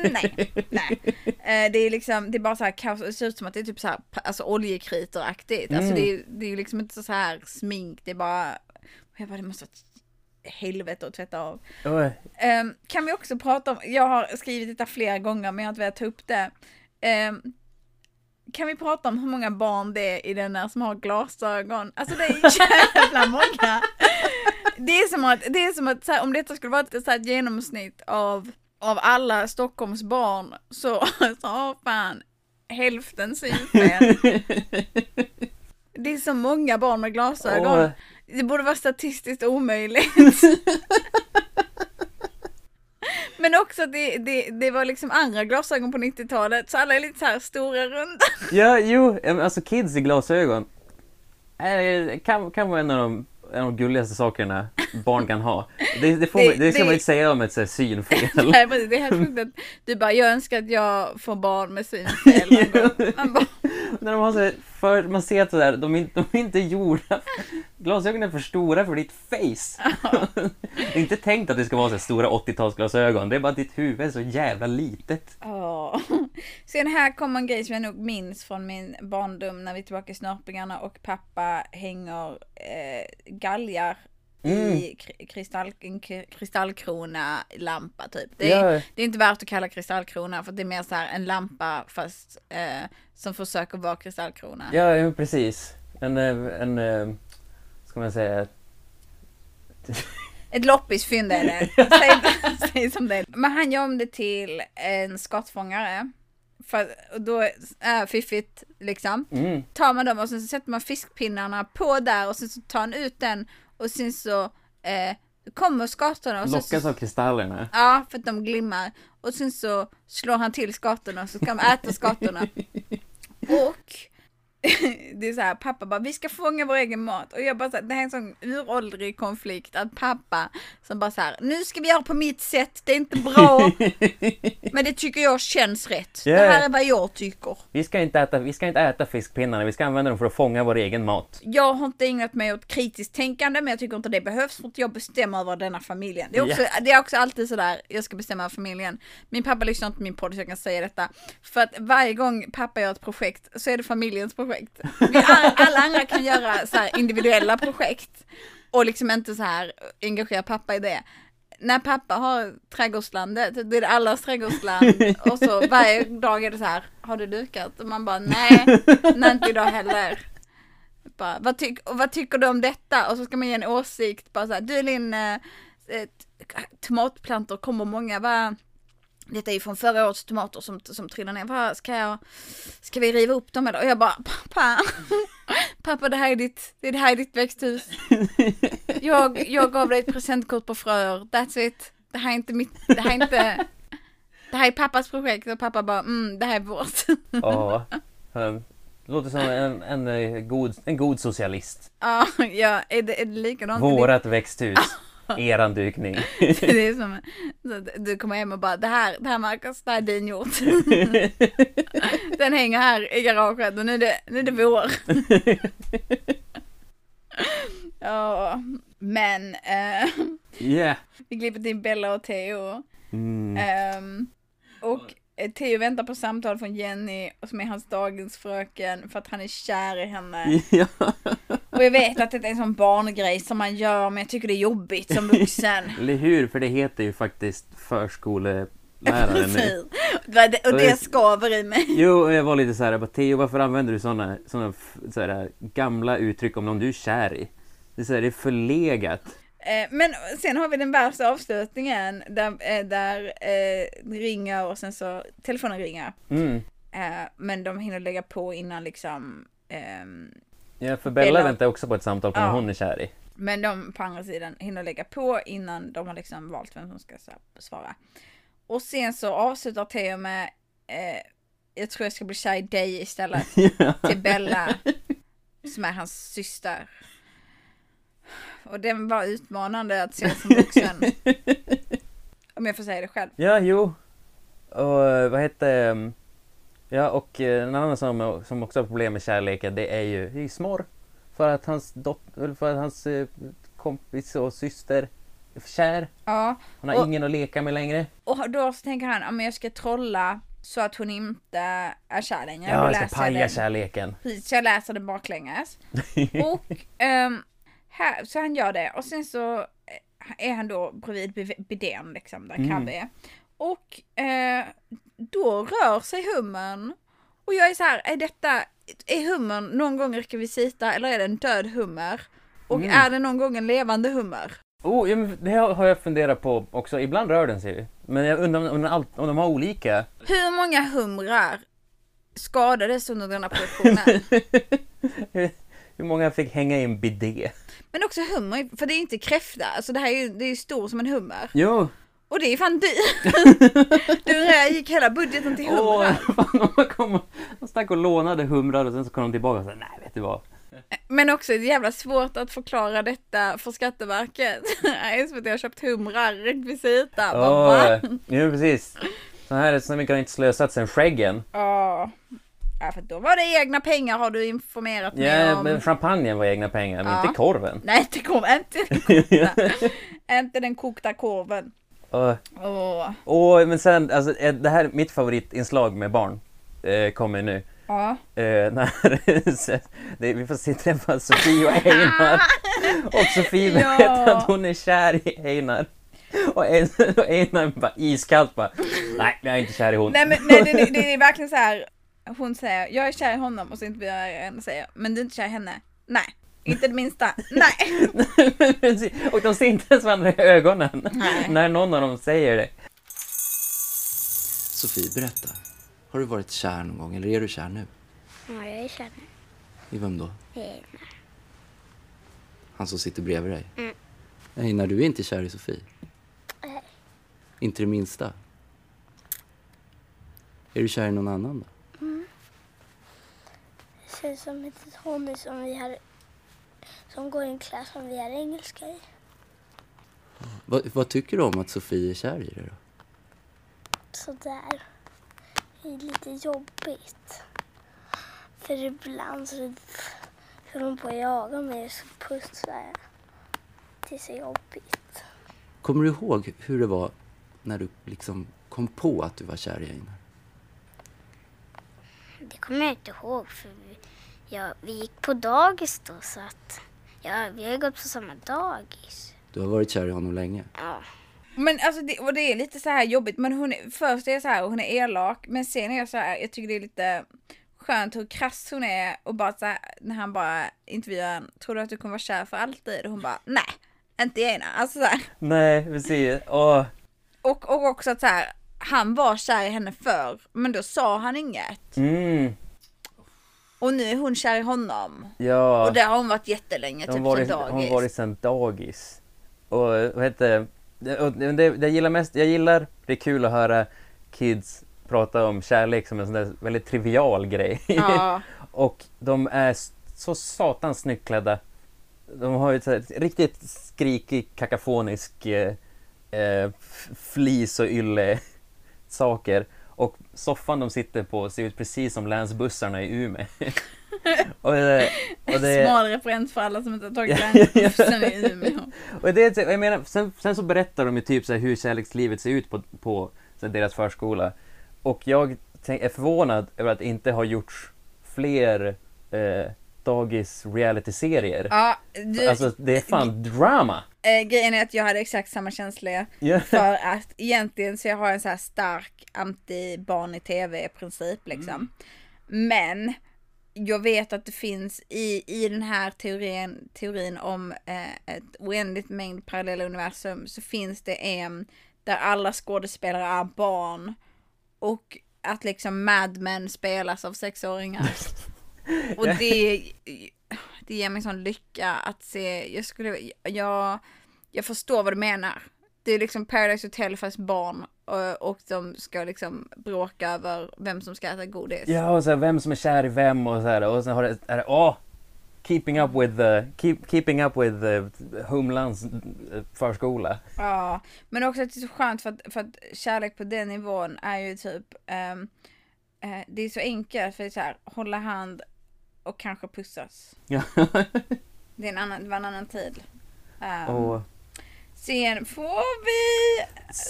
Det är liksom, det är bara så här kaos, det ser ut som att det är typ så här, alltså oljekritor-aktigt. Alltså det är ju liksom inte så här smink, det är bara, jag bara, det måste vara helvete att tvätta av. Kan vi också prata om, jag har skrivit det flera gånger men jag har inte velat ta upp det. Kan vi prata om hur många barn det är i den där som har glasögon? Alltså det är jävla många. Det är som att så här, om detta skulle vara ett så här genomsnitt av alla Stockholms barn så har fan hälften synfel. Det är så många barn med glasögon. Det borde vara statistiskt omöjligt. Men också det var liksom andra glasögon på 90-talet, så alla är lite så här stora, runda. Ja, jo, alltså kids i glasögon kan vara en av de gulligaste sakerna barn kan ha. Det ska man inte säga om ett så här synfel. Nej, precis, det är helt sjukt att du bara, jag önskar att jag får barn med synfel. När de har så här, för man ser att så där, de är inte gjorda. Glasögonen är för stora för ditt face. Det är inte tänkt att det ska vara så här stora 80-talsglasögon. Det är bara att ditt huvud är så jävla litet. Sen här kommer en grej som jag nog minns från min barndom när vi är tillbaka i Snörpingarna och pappa hänger galgar i kristallkrona lampa typ. Det är inte värt att kalla kristallkrona, för det är mer så här en lampa fast som försöker vara kristallkrona. Ja, precis. En ska man säga ett loppisfynd är det. Säg som det. Men han gör om det till en skottfångare. För då är fiffigt liksom. Tar man dem och sen så sätter man fiskpinnarna på där och sen så tar han ut den och sen så kommer skatorna och lockas av kristallerna. Ja, för att de glimmar. Och sen så slår han till skatorna och så kan man äta skatorna. Och det är så här, pappa bara, vi ska fånga vår egen mat. Och jag bara så här, det här är en sån uråldrig konflikt att pappa som bara så här, nu ska vi göra på mitt sätt, det är inte bra. Men det tycker jag känns rätt. Yeah. Det här är vad jag tycker. Vi ska inte äta fiskpinnarna, vi ska använda dem för att fånga vår egen mat. Jag har inte ägnat mig åt kritiskt tänkande, men jag tycker inte det behövs för att jag bestämmer över denna familjen. Det är också alltid sådär, jag ska bestämma över familjen. Min pappa lyssnar inte på min podd så jag kan säga detta. För att varje gång pappa gör ett projekt så är det familjens projekt. Alla andra kan göra så här individuella projekt och liksom inte så här engagera pappa i det. När pappa har trädgårdslandet, det är det allas trädgårdsland och så varje dag är det så här, har du dukat? Och man bara, nej inte idag heller. Bara, vad tycker du om detta? Och så ska man ge en åsikt, bara så här, du Linn, tomatplantor kommer många, va? Detta är ju från förra årets tomater som trillar ner. Vad ska vi riva upp dem eller? Och jag bara, pappa, det här är ditt växthus. Jag gav dig ett presentkort på fröer. That's it. Det här är pappas projekt. Och pappa bara, det här är vårt. Ja, det låter som en god socialist. Ja, är det likadant? Vårat växthus. Eran dykning. Det är som du kommer hem och bara, det här Marcus, det här är din gjort. Den hänger här i garaget och nu är det vår. Ja, men vi klipper till Bella och Theo. Och Theo väntar på samtal från Jenny som är hans dagens fröken för att han är kär i henne. Ja. Och jag vet att det är en sån barngrej som man gör, men jag tycker det är jobbigt som vuxen. Eller hur? För det heter ju faktiskt förskolelärare nu. Och det skaver i mig. Jo, jag var lite så här, Theo, varför använder du såna så här gamla uttryck om någon du är kär i? Det är så här, det är förlegat. Men sen har vi den värsta avslutningen där ringer och sen så telefonen ringer. Men de hinner lägga på innan liksom ja, för Bella väntar också på ett samtal på hon är kär i. Men de på andra sidan hinner lägga på innan de har liksom valt vem som ska svara. Och sen så avslutar Theo med jag tror jag ska bli kär i dig istället. Till Bella som är hans syster. Och den var utmanande att se som vuxen. Om jag får säga det själv. Ja, jo. Och vad heter... Ja, och en annan som också har problem med kärleken, det är ju Smor. För att hans kompis och syster är kär. Ja. Han har ingen att leka med längre. Och då så tänker han, jag ska trolla så att hon inte är kär längre. Ja, jag ska paja kärleken. Precis, jag läser den baklänges. Och... här, så han gör det. Och sen så är han då bredvid bidén liksom, där Kabbe är. Och då rör sig hummern. Och jag är så här, är hummern någon gång rekvisita eller är det en död hummer? Och är det någon gång en levande hummer? Ja, men det har jag funderat på också. Ibland rör den sig. Men jag undrar om de har olika. Hur många humrar skadades under denna produktionen? Hur många fick hänga i en bidé? Men också hummer, för det är inte kräfta. Alltså det är ju stor som en hummer. Jo. Och det är fan du gick hela budgeten till humrar. De stack och lånade humrar och sen så kom de tillbaka och sa, nej, vet du vad? Men också är det jävla svårt att förklara detta för Skatteverket. Just för att jag har köpt humrar, rekvisita. Ja, precis. Så här är det så mycket har inte slösat sen skäggen. Ja, för då var det egna pengar, har du informerat mig om. Ja, men champagnen var egna pengar, men inte korven. Nej, inte den kokta korven. Men sen, alltså, det här mitt favoritinslag med barn kommer nu. Ja. Vi får se träffa Sofie och Einar. Och Sofie berättar att hon är kär i Einar. Och Einar bara iskallt bara, nej, jag är inte kär i hon. Nej, det är verkligen så här. Hon säger, jag är kär i honom, och så inte vi säger, men du är inte kär i henne? Nej, inte det minsta. Nej. Och de ser inte ens varandra i ögonen. Nej. När någon av dem säger det. Sofie, berätta. Har du varit kär någon gång, eller är du kär nu? Ja, jag är kär nu. I vem då? Einar. Han som sitter bredvid dig? Einar, du är inte kär i Sofie? Nej. Inte det minsta? Är du kär i någon annan då? Så tjej som heter Tony som går i en klass som vi har engelska i. Vad tycker du om att Sofie är kär i dig då? Sådär. Det är lite jobbigt. För ibland så håller hon på att jaga mig och så pussar jag. Det är så jobbigt. Kommer du ihåg hur det var när du liksom kom på att du var kär i Einar? Det kommer jag inte ihåg för vi gick på dagis då så att vi har gått på samma dagis. Du har varit kär i honom länge. Ja. Men alltså det är lite så här jobbigt. Men först är jag så här, hon är elak. Men sen är jag så här, jag tycker det är lite skönt hur krass hon är. Och bara så här, när han bara intervjuar henne, tror du att du kommer vara kär för alltid? Och hon bara, nej, inte i Einar. Alltså så här. Nej, precis. Och också att så här, han var kär i henne förr. Men då sa han inget. Och nu är hon kär i honom. Ja. Och det har hon varit jättelänge, typ Hon dagis. varit sen dagis. Och vad heter det jag gillar mest, det är kul att höra kids prata om kärlek som en sån där väldigt trivial grej. Ja. Och de är så satans snyggt klädda. De har ju ett riktigt skrikig, kakafonisk flis och ylle saker. Och soffan de sitter på ser ut precis som länsbussarna i Umeå. och det Smal referens för alla som inte har tagit länsbussen i Umeå. Och det, jag menar, sen så berättar de ju typ så här hur kärlekslivet ser ut på så här, deras förskola. Och jag är förvånad över att det inte har gjorts fler dagis reality-serier. Ja, alltså det är fan drama. Grejen är att jag hade exakt samma känsla för att egentligen så jag har en så här stark anti-barn i tv-princip liksom. Men jag vet att det finns i den här teorin om ett oändligt mängd parallella universum, så finns det en där alla skådespelare är barn och att liksom Mad Men spelas av 6-åringar. Och det ger mig sån lycka att se. Jag förstår vad du menar. Det är liksom Paradise Hotel fast barn och de ska liksom bråka över vem som ska äta godis. Ja, och så här, vem som är kär i vem och så här, och sen har det keeping up with Humlands förskola. Ja, men också att det är så skönt för att kärlek på den nivån är ju typ det är så enkelt för det är så här, hålla hand och kanske pussas. Ja. Det var en annan tid. Sen får vi...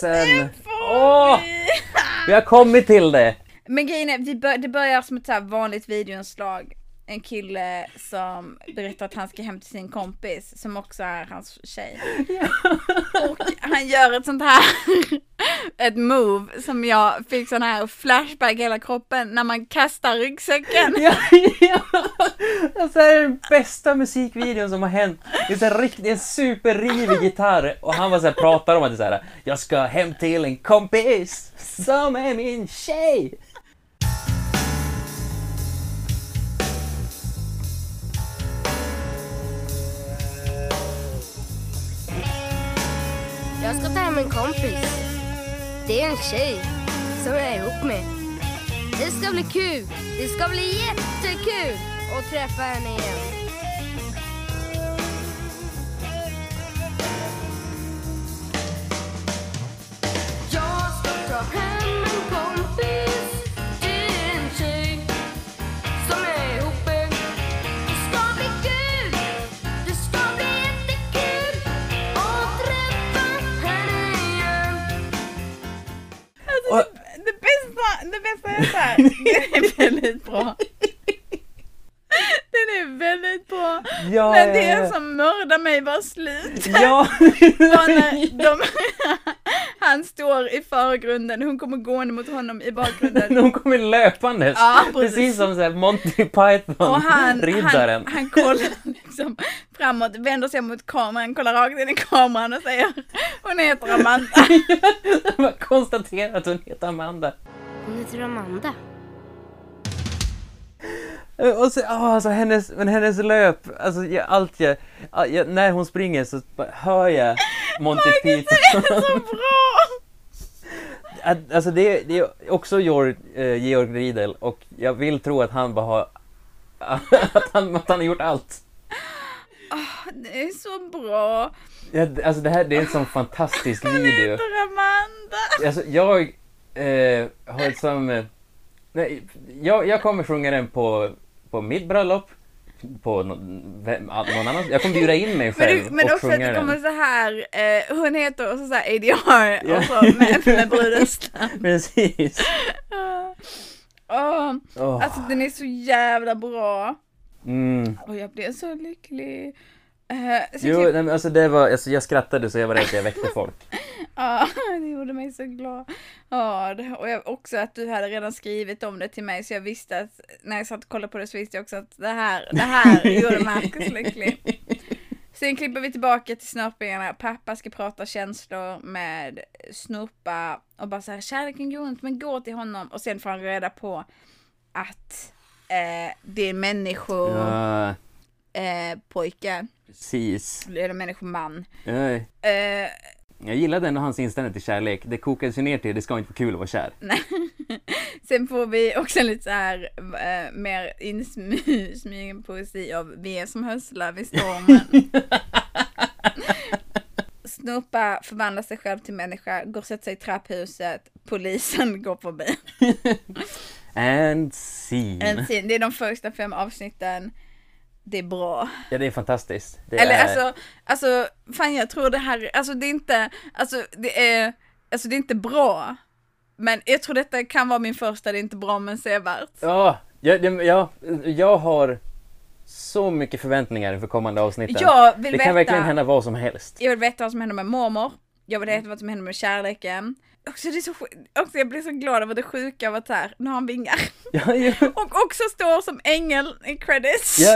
Vi har kommit till det! Men grejen är, det börjar som ett så här vanligt videoinslag. En kille som berättar att han ska hem till sin kompis som också är hans tjej. Ja. Och han gör ett sånt här ett move som jag fick sån här flashback i hela kroppen när man kastar ryggsäcken. Ja. Alltså, det är den bästa musikvideon som har hänt. Det är en superrivig gitarr och han var så här, pratar om att det så här, jag ska hem till en kompis som är min tjej. Jag ska ta hem en kompis. Det är en tjej som jag är ihop med. Det ska bli kul. Det ska bli jättekul att träffa henne igen. Jag ska ta hem en kompis. Det är en tjej som jag är ihop med. Det ska bli kul. Det ska bli jättekul att träffa henne igen. Alltså, det bästa är så här. Den är väldigt bra. Den är väldigt bra. Ja, men det är som mördar mig var slut. Ja. Han står i förgrunden. Hon kommer gående mot honom i bakgrunden. Hon kommer löpandes. Ja, precis som så här Monty Python. Och riddaren. Han kollar liksom framåt, vänder sig mot kameran, kollar rakt in i kameran och säger hon heter Amanda. Jag konstaterar att hon heter Amanda. Hon heter Amanda. Och så, alltså hennes löp, alltså när hon springer så hör jag Monty Python. Det är så bra. Alltså det är också Georg Riedel och jag vill tro att han bara har att han har gjort allt. Det är så bra. Ja, alltså det är en sån fantastisk video. Heter Amanda. Alltså jag har som... nej, jag kommer sjunga den på mitt bröllop. På någon annan. Jag kommer bjuda in mig själv men och också att sjunga det kommer den. så här, hon heter och så här ADR och så med brudrösten. Precis. Alltså den är så jävla bra. Och jag blev så lycklig. Alltså det var, alltså jag skrattade så jag var rädd att jag väckte folk. Ja, det gjorde mig så glad. Ja, och jag också att du hade redan skrivit om det till mig, så jag visste att när jag satt och kollade på det så visste jag också att det här gjorde Marcus lycklig. Sen klipper vi tillbaka till snörpingarna. Pappa ska prata känslor med Snurpa och bara så här, kärleken går inte, men gå till honom. Och sen får han reda på att det är människor pojke. Precis. Det är en människoman. Jag gillade ändå hans inställning till kärlek. Det kokades ju ner till, det ska inte vara kul att vara kär. Sen får vi också lite så här mer insmygen poesi av Vi är som höslar vid stormen. Snurpa förvandlar sig själv till människa, går och sätter sig i trapphuset, polisen går förbi. And scene. Det är de första 5 avsnitten. Det är bra. Ja, det är fantastiskt. Alltså fan, jag tror det här, alltså det är inte bra. Men jag tror detta kan vara min första, det är inte bra men sevärt. Jag har så mycket förväntningar inför kommande avsnitten. Det kan verkligen hända vad som helst. Jag vill veta vad som händer med mormor. Jag vill veta vad som händer med kärleken. Också jag blir så glad över det sjuka av att här, nu har han vingar. Ja. Och också står som ängel i credits. Ja.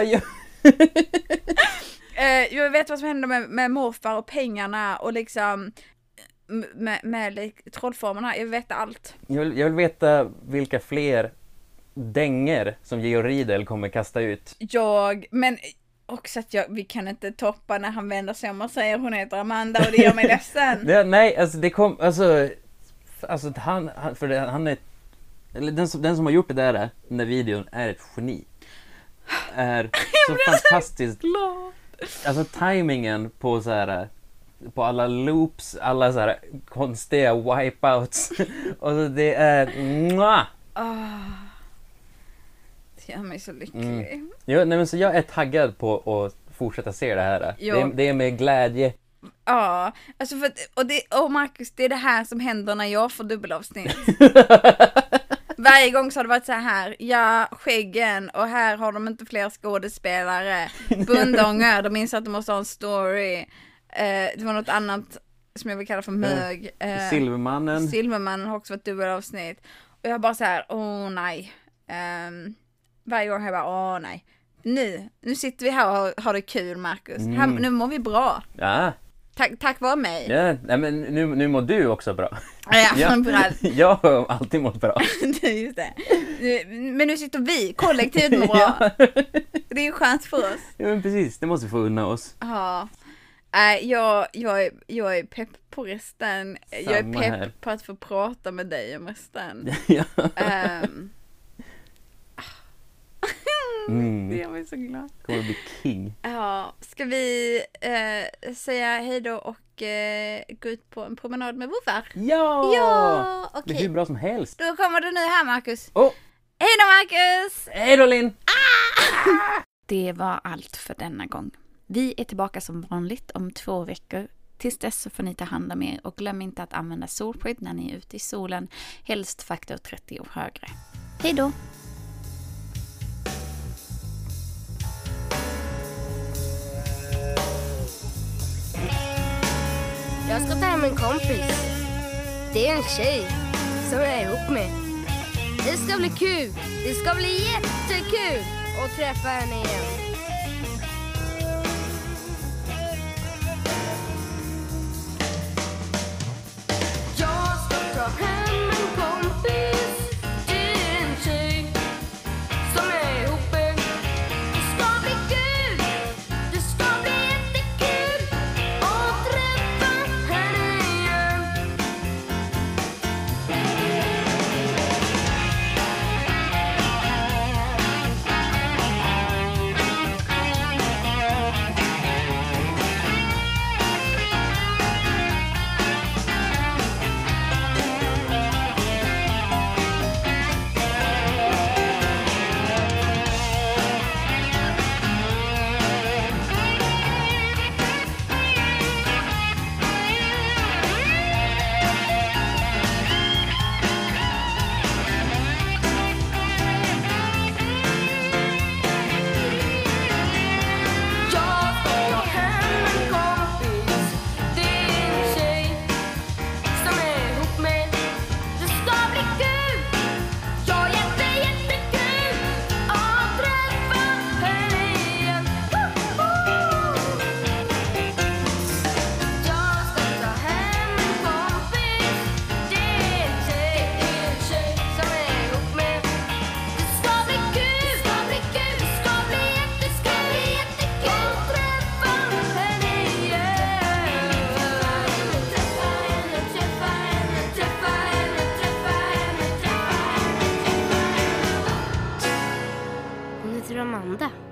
Jag vet vad som händer med morfar och pengarna och liksom med trollformerna. Jag vill veta allt. Jag vill veta vilka fler dänger som Georg Riedel kommer kasta ut. Men också att vi kan inte toppa när han vänder sig om och säger hon heter Amanda och det gör mig ledsen. Nej, alltså det kom, alltså han är, eller den som har gjort den där videon är ett geni. Är så fantastiskt. Alltså timingen på så här, på alla loops, alla så här konstiga wipeouts. Och så det är det gör mig så lycklig. Så jag är taggad på att fortsätta se det här. Det är med glädje. Ja, alltså och Marcus, det är det här som händer när jag får dubbelavsnitt. Varje gång så har det varit så här, skäggen, och här har de inte fler skådespelare. Bundånger, de minns att de måste ha en story. Det var något annat som jag vill kalla för mög. Silvermannen har också varit dubbelavsnitt. Och jag bara så här, nej. Varje år har jag bara, nej. Nu sitter vi här och har det kul, Marcus. Nu mår vi bra. Ja. Tack vare mig. Ja, men nu mår du också bra. Ja. Jag har alltid mått bra. Just det. Men nu sitter vi kollektivt mår bra. Det är ju skönt för oss. Ja, men precis. Det måste vi få unna oss. Ja. Jag är pepp på resten. Jag är pepp här på att få prata med dig om resten. Ja. Det gör mig så glad. Kommer bli king. Ja, ska vi säga hej då och gå ut på en promenad med vovvar? Ja, okej. Det är hur bra som helst. Då kommer du nu här, Marcus. Hej då, Marcus! Hej då, Linn! Det var allt för denna gång. Vi är tillbaka som vanligt om 2 veckor. Tills dess så får ni ta hand om er och glöm inte att använda solskydd när ni är ute i solen. Helst faktor 30 och högre. Hej då! Jag ska ta hem en kompis. Det är en tjej som jag är ihop med. Det ska bli kul. Det ska bli jättekul att träffa henne igen. Jag ska ta hem en kompis. Det är en tjej som jag är ihop med. Det ska bli kul. Det ska bli jättekul att träffa henne igen. heter Amanda.